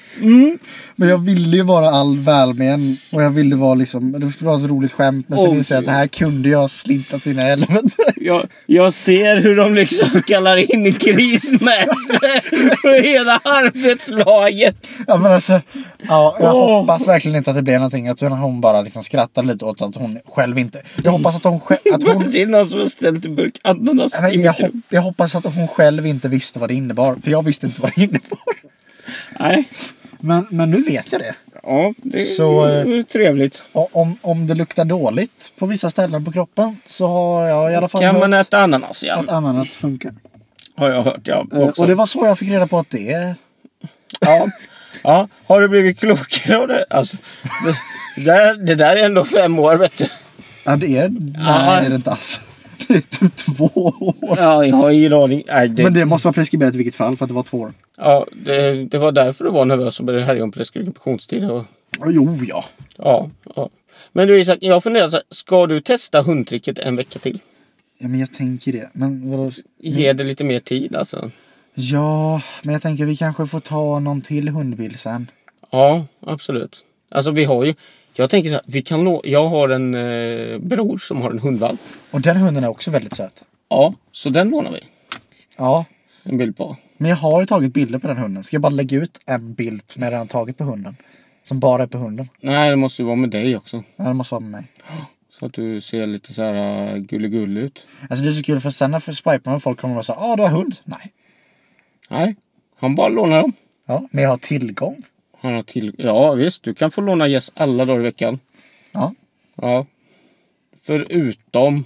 Men jag ville ju vara all välmen. Och jag ville vara liksom, det skulle vara ett roligt skämt. Men sen inser jag att det här kunde jag slinta sina helvete.
Jag ser hur de liksom kallar in krismätare för hela arbetslaget.
Ja, men alltså, ja, jag hoppas verkligen inte att det blir någonting. Att hon bara liksom skrattar lite åt att hon själv inte. Jag hoppas att hon
Det är någon som har ställt en burk ananas.
jag hoppas att hon själv inte visste vad det innebar. För jag visste inte vad det innebar.
Nej.
Men nu vet jag det.
Ja, det är trevligt.
Om det luktar dåligt på vissa ställen på kroppen så har jag i alla fall
kan man äta ananas, ja.
Att ananas funkar.
Har jag hört, ja. Också.
Och det var så jag fick reda på att det är.
Ja. Har du blivit klokare av det? Alltså, det där är ändå 5 år, vet du.
Ja, det är. Nej, det är det inte alls. Det är typ 2 år.
Ja, jag har ingen aning.
Men det måste vara preskriberat i vilket fall, för att det var 2 år.
Ja, det var därför du var nervös och började härja om preskriptionstid.
Jo, ja.
Ja. Men du Isak, jag funderar så här, ska du testa hundtricket en vecka till?
Ja, men jag tänker det. Men vadå?
Ge det lite mer tid alltså.
Ja, men jag tänker vi kanske får ta någon till hundbil sen.
Ja, absolut. Alltså vi har ju, jag tänker så här, jag har en bror som har en hundvalp.
Och den hunden är också väldigt söt.
Ja, så den lånar vi.
Ja.
En bild på.
Men jag har ju tagit bilder på den hunden. Ska jag bara lägga ut en bild som jag redan tagit på hunden? Som bara är på hunden.
Nej, det måste ju vara med dig också.
Ja, det måste vara med mig.
Så att du ser lite så här gullegull ut.
Alltså det är så kul för sen när swipar man folk kommer och säga du har hund. Nej,
han bara lånar dem.
Ja, men jag har tillgång.
Ja visst, du kan få låna gäss alla dagar i veckan. Ja. Förutom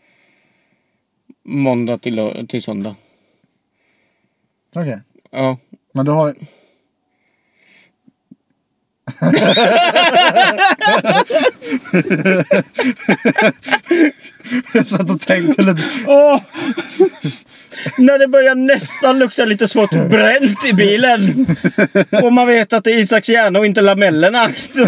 måndag till söndag.
Okej.
Ja.
Men du har... Jag satt och tänkte lite.
När det börjar nästan lukta lite smått bränt i bilen. Och man vet att det är Isaks hjärna och inte lamellerna.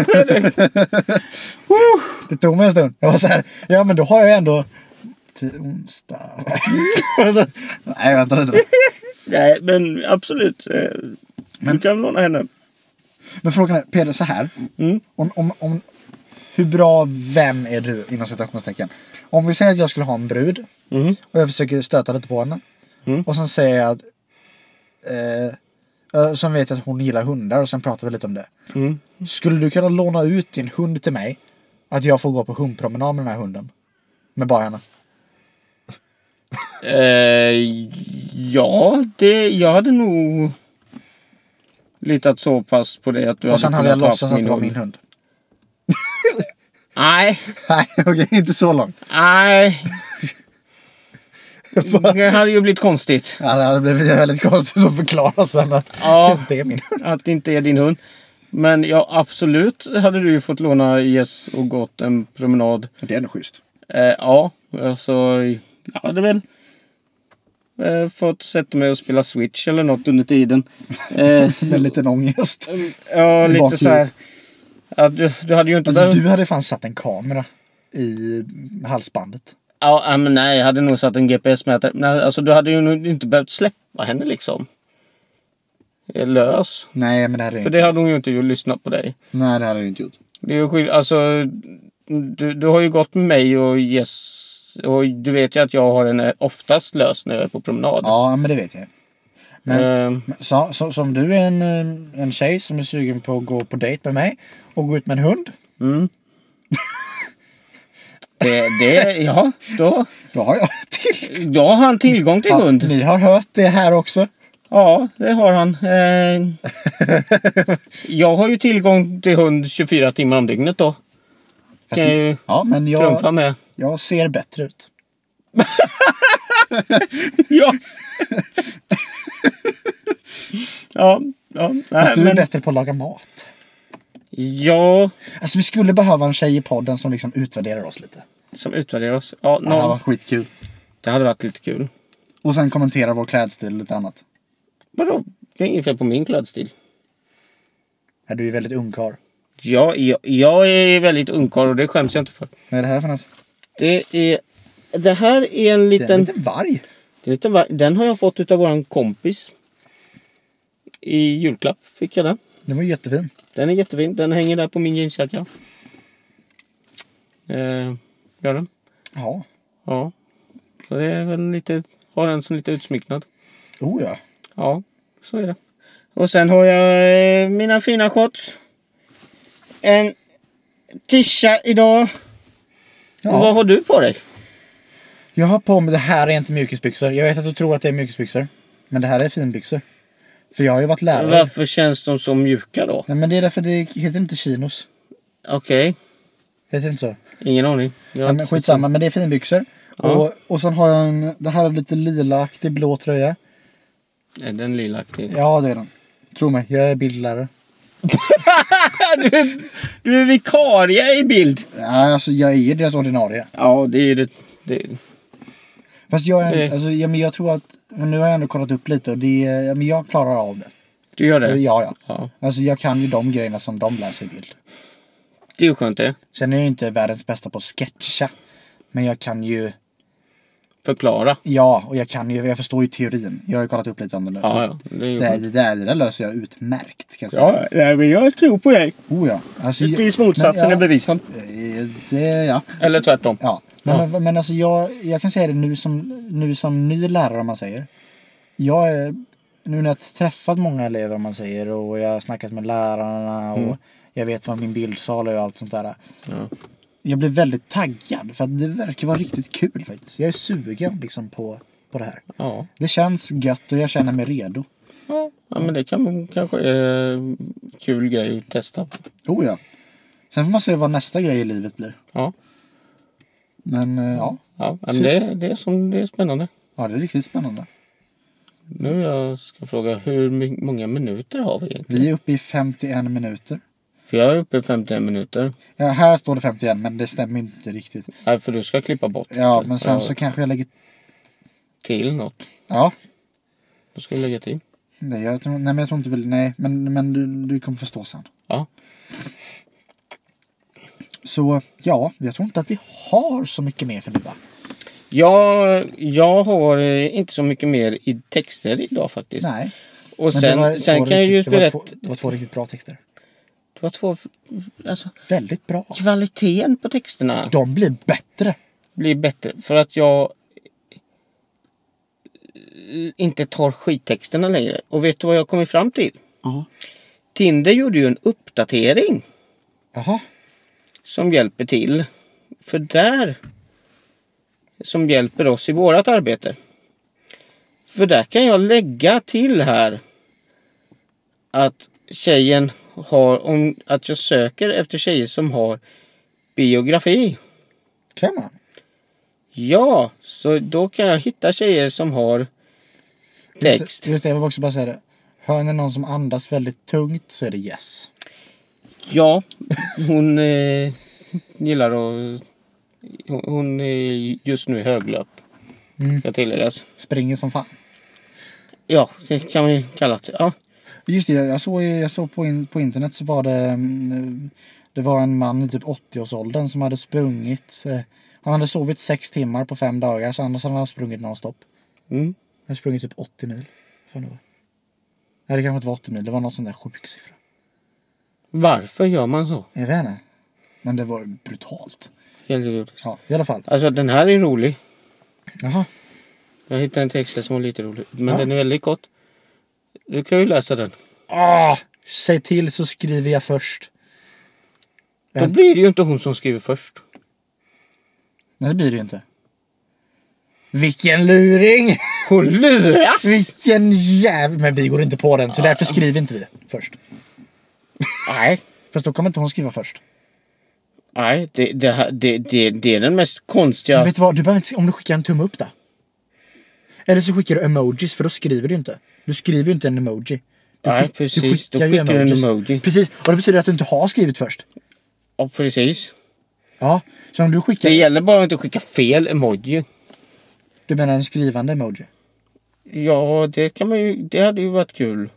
Det tog mig en stund. Jag var så här, ja men då har jag ändå till onsdag. Nej, vänta lite.
Nej, men absolut. Du kan låna henne.
Men frågan är, Peder, så här. Om hur bra vän är du inom citationstecken? Om vi säger att jag skulle ha en brud och jag försöker stöta lite på henne. Och sen säger jag att sen vet jag att hon gillar hundar och sen pratar vi lite om det. Skulle du kunna låna ut din hund till mig? Att jag får gå på hundpromenad med den här hunden? Med bara henne?
Ja, jag hade nog litat så pass på det att du
och sen hade jag låtsats att det var min hund.
Nej.
Nej, okej, inte så långt.
Nej. Det hade ju blivit konstigt.
Ja, det hade blivit väldigt konstigt att förklara sen att det inte är min hund.
Att det inte är din hund. Men ja, absolut hade du ju fått låna gäss och gått en promenad.
Det är ändå schysst.
Ja, alltså jag hade väl fått sätta mig och spela Switch eller något under tiden.
Med lite ångest.
Ja, lite så här. Ja, du hade ju inte
alltså, du hade fan satt en kamera i halsbandet.
Ja, men nej, jag hade nog satt en GPS-mätare. Nej, alltså du hade ju inte behövt släppa henne liksom. Lös.
Nej, men det hade
för det hade hon ju inte lyssnat på dig.
Nej, det hade jag inte gjort.
Det är ju alltså du har ju gått med mig och och du vet ju att jag har en oftast lös när jag är på promenad.
Ja, men det vet jag. Men som du är en tjej som är sugen på att gå på dejt med mig och gå ut med en hund.
Då har jag Då har han tillgång till hund.
Ni har hört det här också.
Ja, det har han. Jag har ju tillgång till hund 24 timmar om dygnet då.
Ja, men jag ser bättre ut.
Ja.
Fast du är bättre på att laga mat.
Ja.
Alltså vi skulle behöva en tjej i podden som liksom utvärderar oss lite.
Som utvärderar oss? Ja,
det hade varit skitkul.
Det hade varit lite kul.
Och sen kommentera vår klädstil och lite annat.
Vadå? Det är inget fel på min klädstil.
Är du är väldigt ungkarl.
Ja, jag är väldigt ungkarl och det skäms jag inte för.
Vad är det här för något?
Det här är en liten...
Det är en liten varg.
Det är en liten varg. Den har jag fått utav våran kompis. I julklapp fick jag den.
Den var jättefin.
Den är jättefin. Den hänger där på min jeansjacka. Gör den?
Ja.
Ja. Så det är väl lite... Har den som lite utsmycknad.
Oh ja.
Ja, så är det. Och sen har jag mina fina shorts. En tisha idag.
Ja.
Och vad har du på dig?
Jag har på mig, det här är inte mjukisbyxor. Jag vet att du tror att det är mjukisbyxor. Men det här är finbyxor. För jag har ju varit lärare.
Varför känns de så mjuka då?
Nej, men det är därför det heter inte chinos.
Okej.
Heter inte så?
Ingen aning.
Ja, men skitsamma, men det är finbyxor.
Ja.
Och sen har jag det här är lite lilaaktig blå tröja.
Är den lilaktig?
Ja, det är den. Tro mig, jag är bildlärare.
du är vikarie i bild.
Ja, alltså jag är deras ordinarie.
Ja, det är det.
Fast jag tror att, men nu har jag ändå kollat upp lite och men jag klarar av det.
Du gör det?
Ja.
Ja.
Alltså jag kan ju de grejerna som de läser i bild.
Det är ju skönt det.
Sen är jag inte världens bästa på att sketcha. Men jag kan ju...
Förklara.
Ja, och jag förstår ju teorin. Jag har ju kollat upp lite om det nu.
Ja. Det är ju
det där löser jag utmärkt, kan jag säga.
Ja, men jag tror på dig.
Oh ja. Alltså,
Tills motsatsen är bevisad.
Ja.
Eller tvärtom.
Ja. Men alltså jag kan säga det nu som ny lärare, om man säger. Nu när jag har träffat många elever, om man säger, och jag har snackat med lärarna och jag vet vad min bildsal är och allt sånt där.
Ja.
Jag blir väldigt taggad för att det verkar vara riktigt kul faktiskt. Jag är sugen liksom på det här.
Ja.
Det känns gött och jag känner mig redo.
Ja, men det kanske är kul grej att testa.
Oh ja. Sen får man se vad nästa grej i livet blir.
Ja.
Men ja.
Ja, men det är spännande.
Ja, det är riktigt spännande.
Nu jag ska fråga, hur många minuter har vi egentligen?
Vi är uppe i 51 minuter.
För jag är uppe i 51 minuter.
Ja, här står det 51, men det stämmer inte riktigt.
Nej, för du ska klippa bort.
Ja, men sen så kanske jag lägger...
Till något.
Ja.
Då ska vi lägga till.
Nej, jag tror inte väl... Nej, men du kommer förstå sen.
Ja.
Så, ja, jag tror inte att vi har så mycket mer för nu, va?
Jag har inte så mycket mer i texter idag faktiskt.
Nej.
Och sen kan jag ju berätta...
Det var två riktigt bra texter.
Det var två... Alltså,
väldigt bra.
Kvaliteten på texterna
de blir bättre. För att jag inte tar skittexterna längre. Och vet du vad jag kommit fram till? Tinder gjorde ju en uppdatering. Jaha.
Som hjälper till. För där... Som hjälper oss i vårat arbete. För där kan jag lägga till här. Att tjejen har... Att jag söker efter tjejer som har biografi.
Kan man?
Ja, så då kan jag hitta tjejer som har text.
Just det, jag vill också bara säga det. Hör ni någon som andas väldigt tungt så är det yes.
Ja, hon gillar att... Hon är just nu i höglöp. Ska tilläggas.
Springer som fan.
Ja, det kan vi kalla det. Ja.
Just det, jag såg på internet så var det var en man i typ 80-årsåldern som hade sprungit. Han hade sovit 6 timmar på 5 dagar, så annars hade han sprungit nonstop. Han hade sprungit typ 80 mil. Nej, det kanske inte var 80 mil, det var något sån där sjuk siffra.
Varför gör man så?
Jag vet inte. Men det var brutalt.
Helt roligt.
Ja, i alla fall.
Alltså den här är rolig.
Jaha.
Jag hittade en text som var lite rolig. Men den är väldigt kort. Du kan ju läsa den.
Säg till så skriver jag först.
Då blir det ju inte hon som skriver först.
Nej, det blir det ju inte. Vilken luring!
Hon luras!
Vilken jävla... Men vi går inte på den, så därför skriver inte vi först.
Nej.
Fast då kommer inte hon skriva först.
Nej, det är den mest konstiga...
Men vet du vad, du behöver inte... Om du skickar en tumme upp då. Eller så skickar du emojis, för då skriver du inte. Du skriver ju inte en emoji.
Nej, precis. Då skickar du en emoji.
Precis, och det betyder att du inte har skrivit först.
Ja, precis.
Ja, så om du skickar...
Det gäller bara att inte skicka fel emoji.
Du menar en skrivande emoji?
Ja, det kan man ju... Det hade ju varit kul.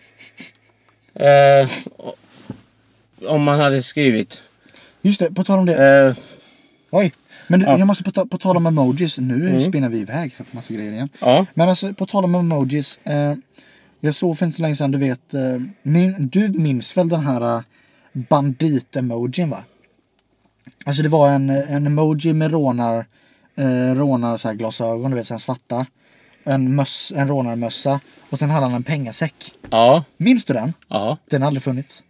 Om man hade skrivit.
Just det, på tal om det. Oj, men jag måste på tal om emojis. Nu spinner vi iväg på massa grejer igen.
Ja.
Men alltså, på tal om emojis. Jag såg för inte så länge sedan, du vet, du minns väl den här bandit-emojin, va? Alltså det var en emoji med rånar så här glasögon, du vet, sen svarta. En rånarmössa och sen hade han en pengasäck.
Ja.
Minns du den?
Ja.
Den har aldrig funnits.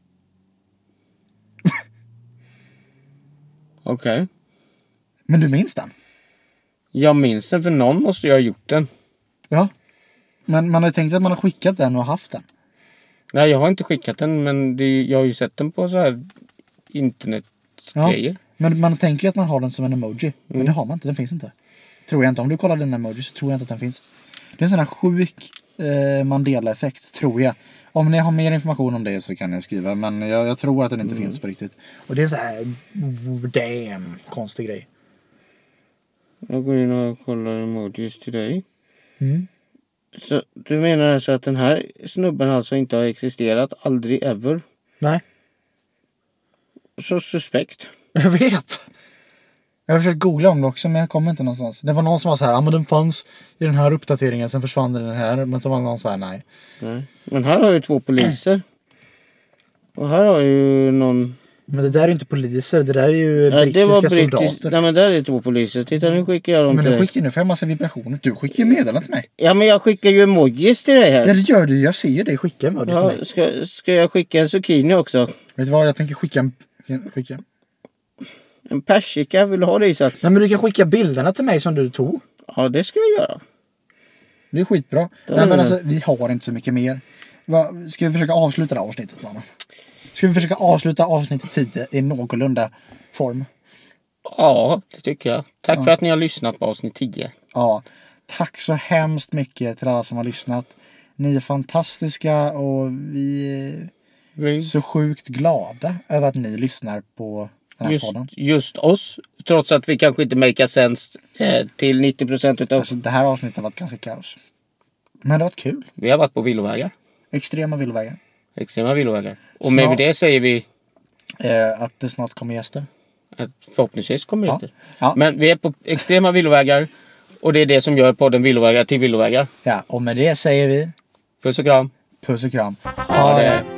Okej.
Men du minns den?
Jag minns den, för någon måste jag ha gjort den.
Ja. Men man har ju tänkt att man har skickat den och haft den.
Nej, jag har inte skickat den, men jag har ju sett den på så här internetgrejer.
Ja. Men man tänker ju att man har den som en emoji. Men det har man inte, den finns inte. Tror jag inte. Om du kollar den emoji så tror jag inte att den finns. Det är en sån här sjuk Mandela-effekt, tror jag. Om ni har mer information om det så kan ni skriva. Men jag tror att den inte finns på riktigt. Och det är så här, damn, konstig grej.
Jag går in och kollar emojis till dig.
Mm.
Så du menar alltså att den här snubben alltså inte har existerat, aldrig ever?
Nej.
Så suspekt.
Jag vet. Jag har försökt googla om det också, men jag kommer inte någonstans. Det var någon som var så här, ja men den fanns i den här uppdateringen, sen försvann den här. Men så var någon så här, nej.
Men här har ju 2 poliser. Och här har ju någon...
Men det där är inte poliser, det där är ju brittiska
det var
soldater.
Nej, men där är 2 poliser. Titta, nu skickar jag dem
men
till
du
dig.
skickar ju nu för en massa vibrationer. Du skickar ju meddelanden till mig.
Ja, men jag skickar ju emojis till dig här.
Ja, det gör du. Jag ser ju dig skicka emojis till mig.
Ska jag skicka en zucchini också?
Vet du vad, jag tänker skicka.
En persika, vill du ha det i så att...
Nej, men du kan skicka bilderna till mig som du tog.
Ja, det ska jag göra.
Det är skitbra. Nej, men alltså, vi har inte så mycket mer. Ska vi försöka avsluta det här avsnittet, Manna? Ska vi försöka avsluta avsnittet 10 i någorlunda form?
Ja, det tycker jag. Tack för att ni har lyssnat på avsnitt 10.
Ja, tack så hemskt mycket till alla som har lyssnat. Ni är fantastiska och vi är så sjukt glada över att ni lyssnar på den här podden.
Just oss, trots att vi kanske inte make sense till 90% utav...
Alltså, det här avsnittet har varit ganska kaos. Men det har varit kul.
Vi har varit på villovägar.
Extrema villovägar.
Extrema villovägar. Och med det säger vi...
att det snart kommer gäster.
Att förhoppningsvis kommer gäster.
Ja.
Men vi är på extrema villovägar. Och det är det som gör podden villovägar till villovägar.
Ja, och med det säger vi...
Puss och kram.
Puss och kram.
Ja, det är...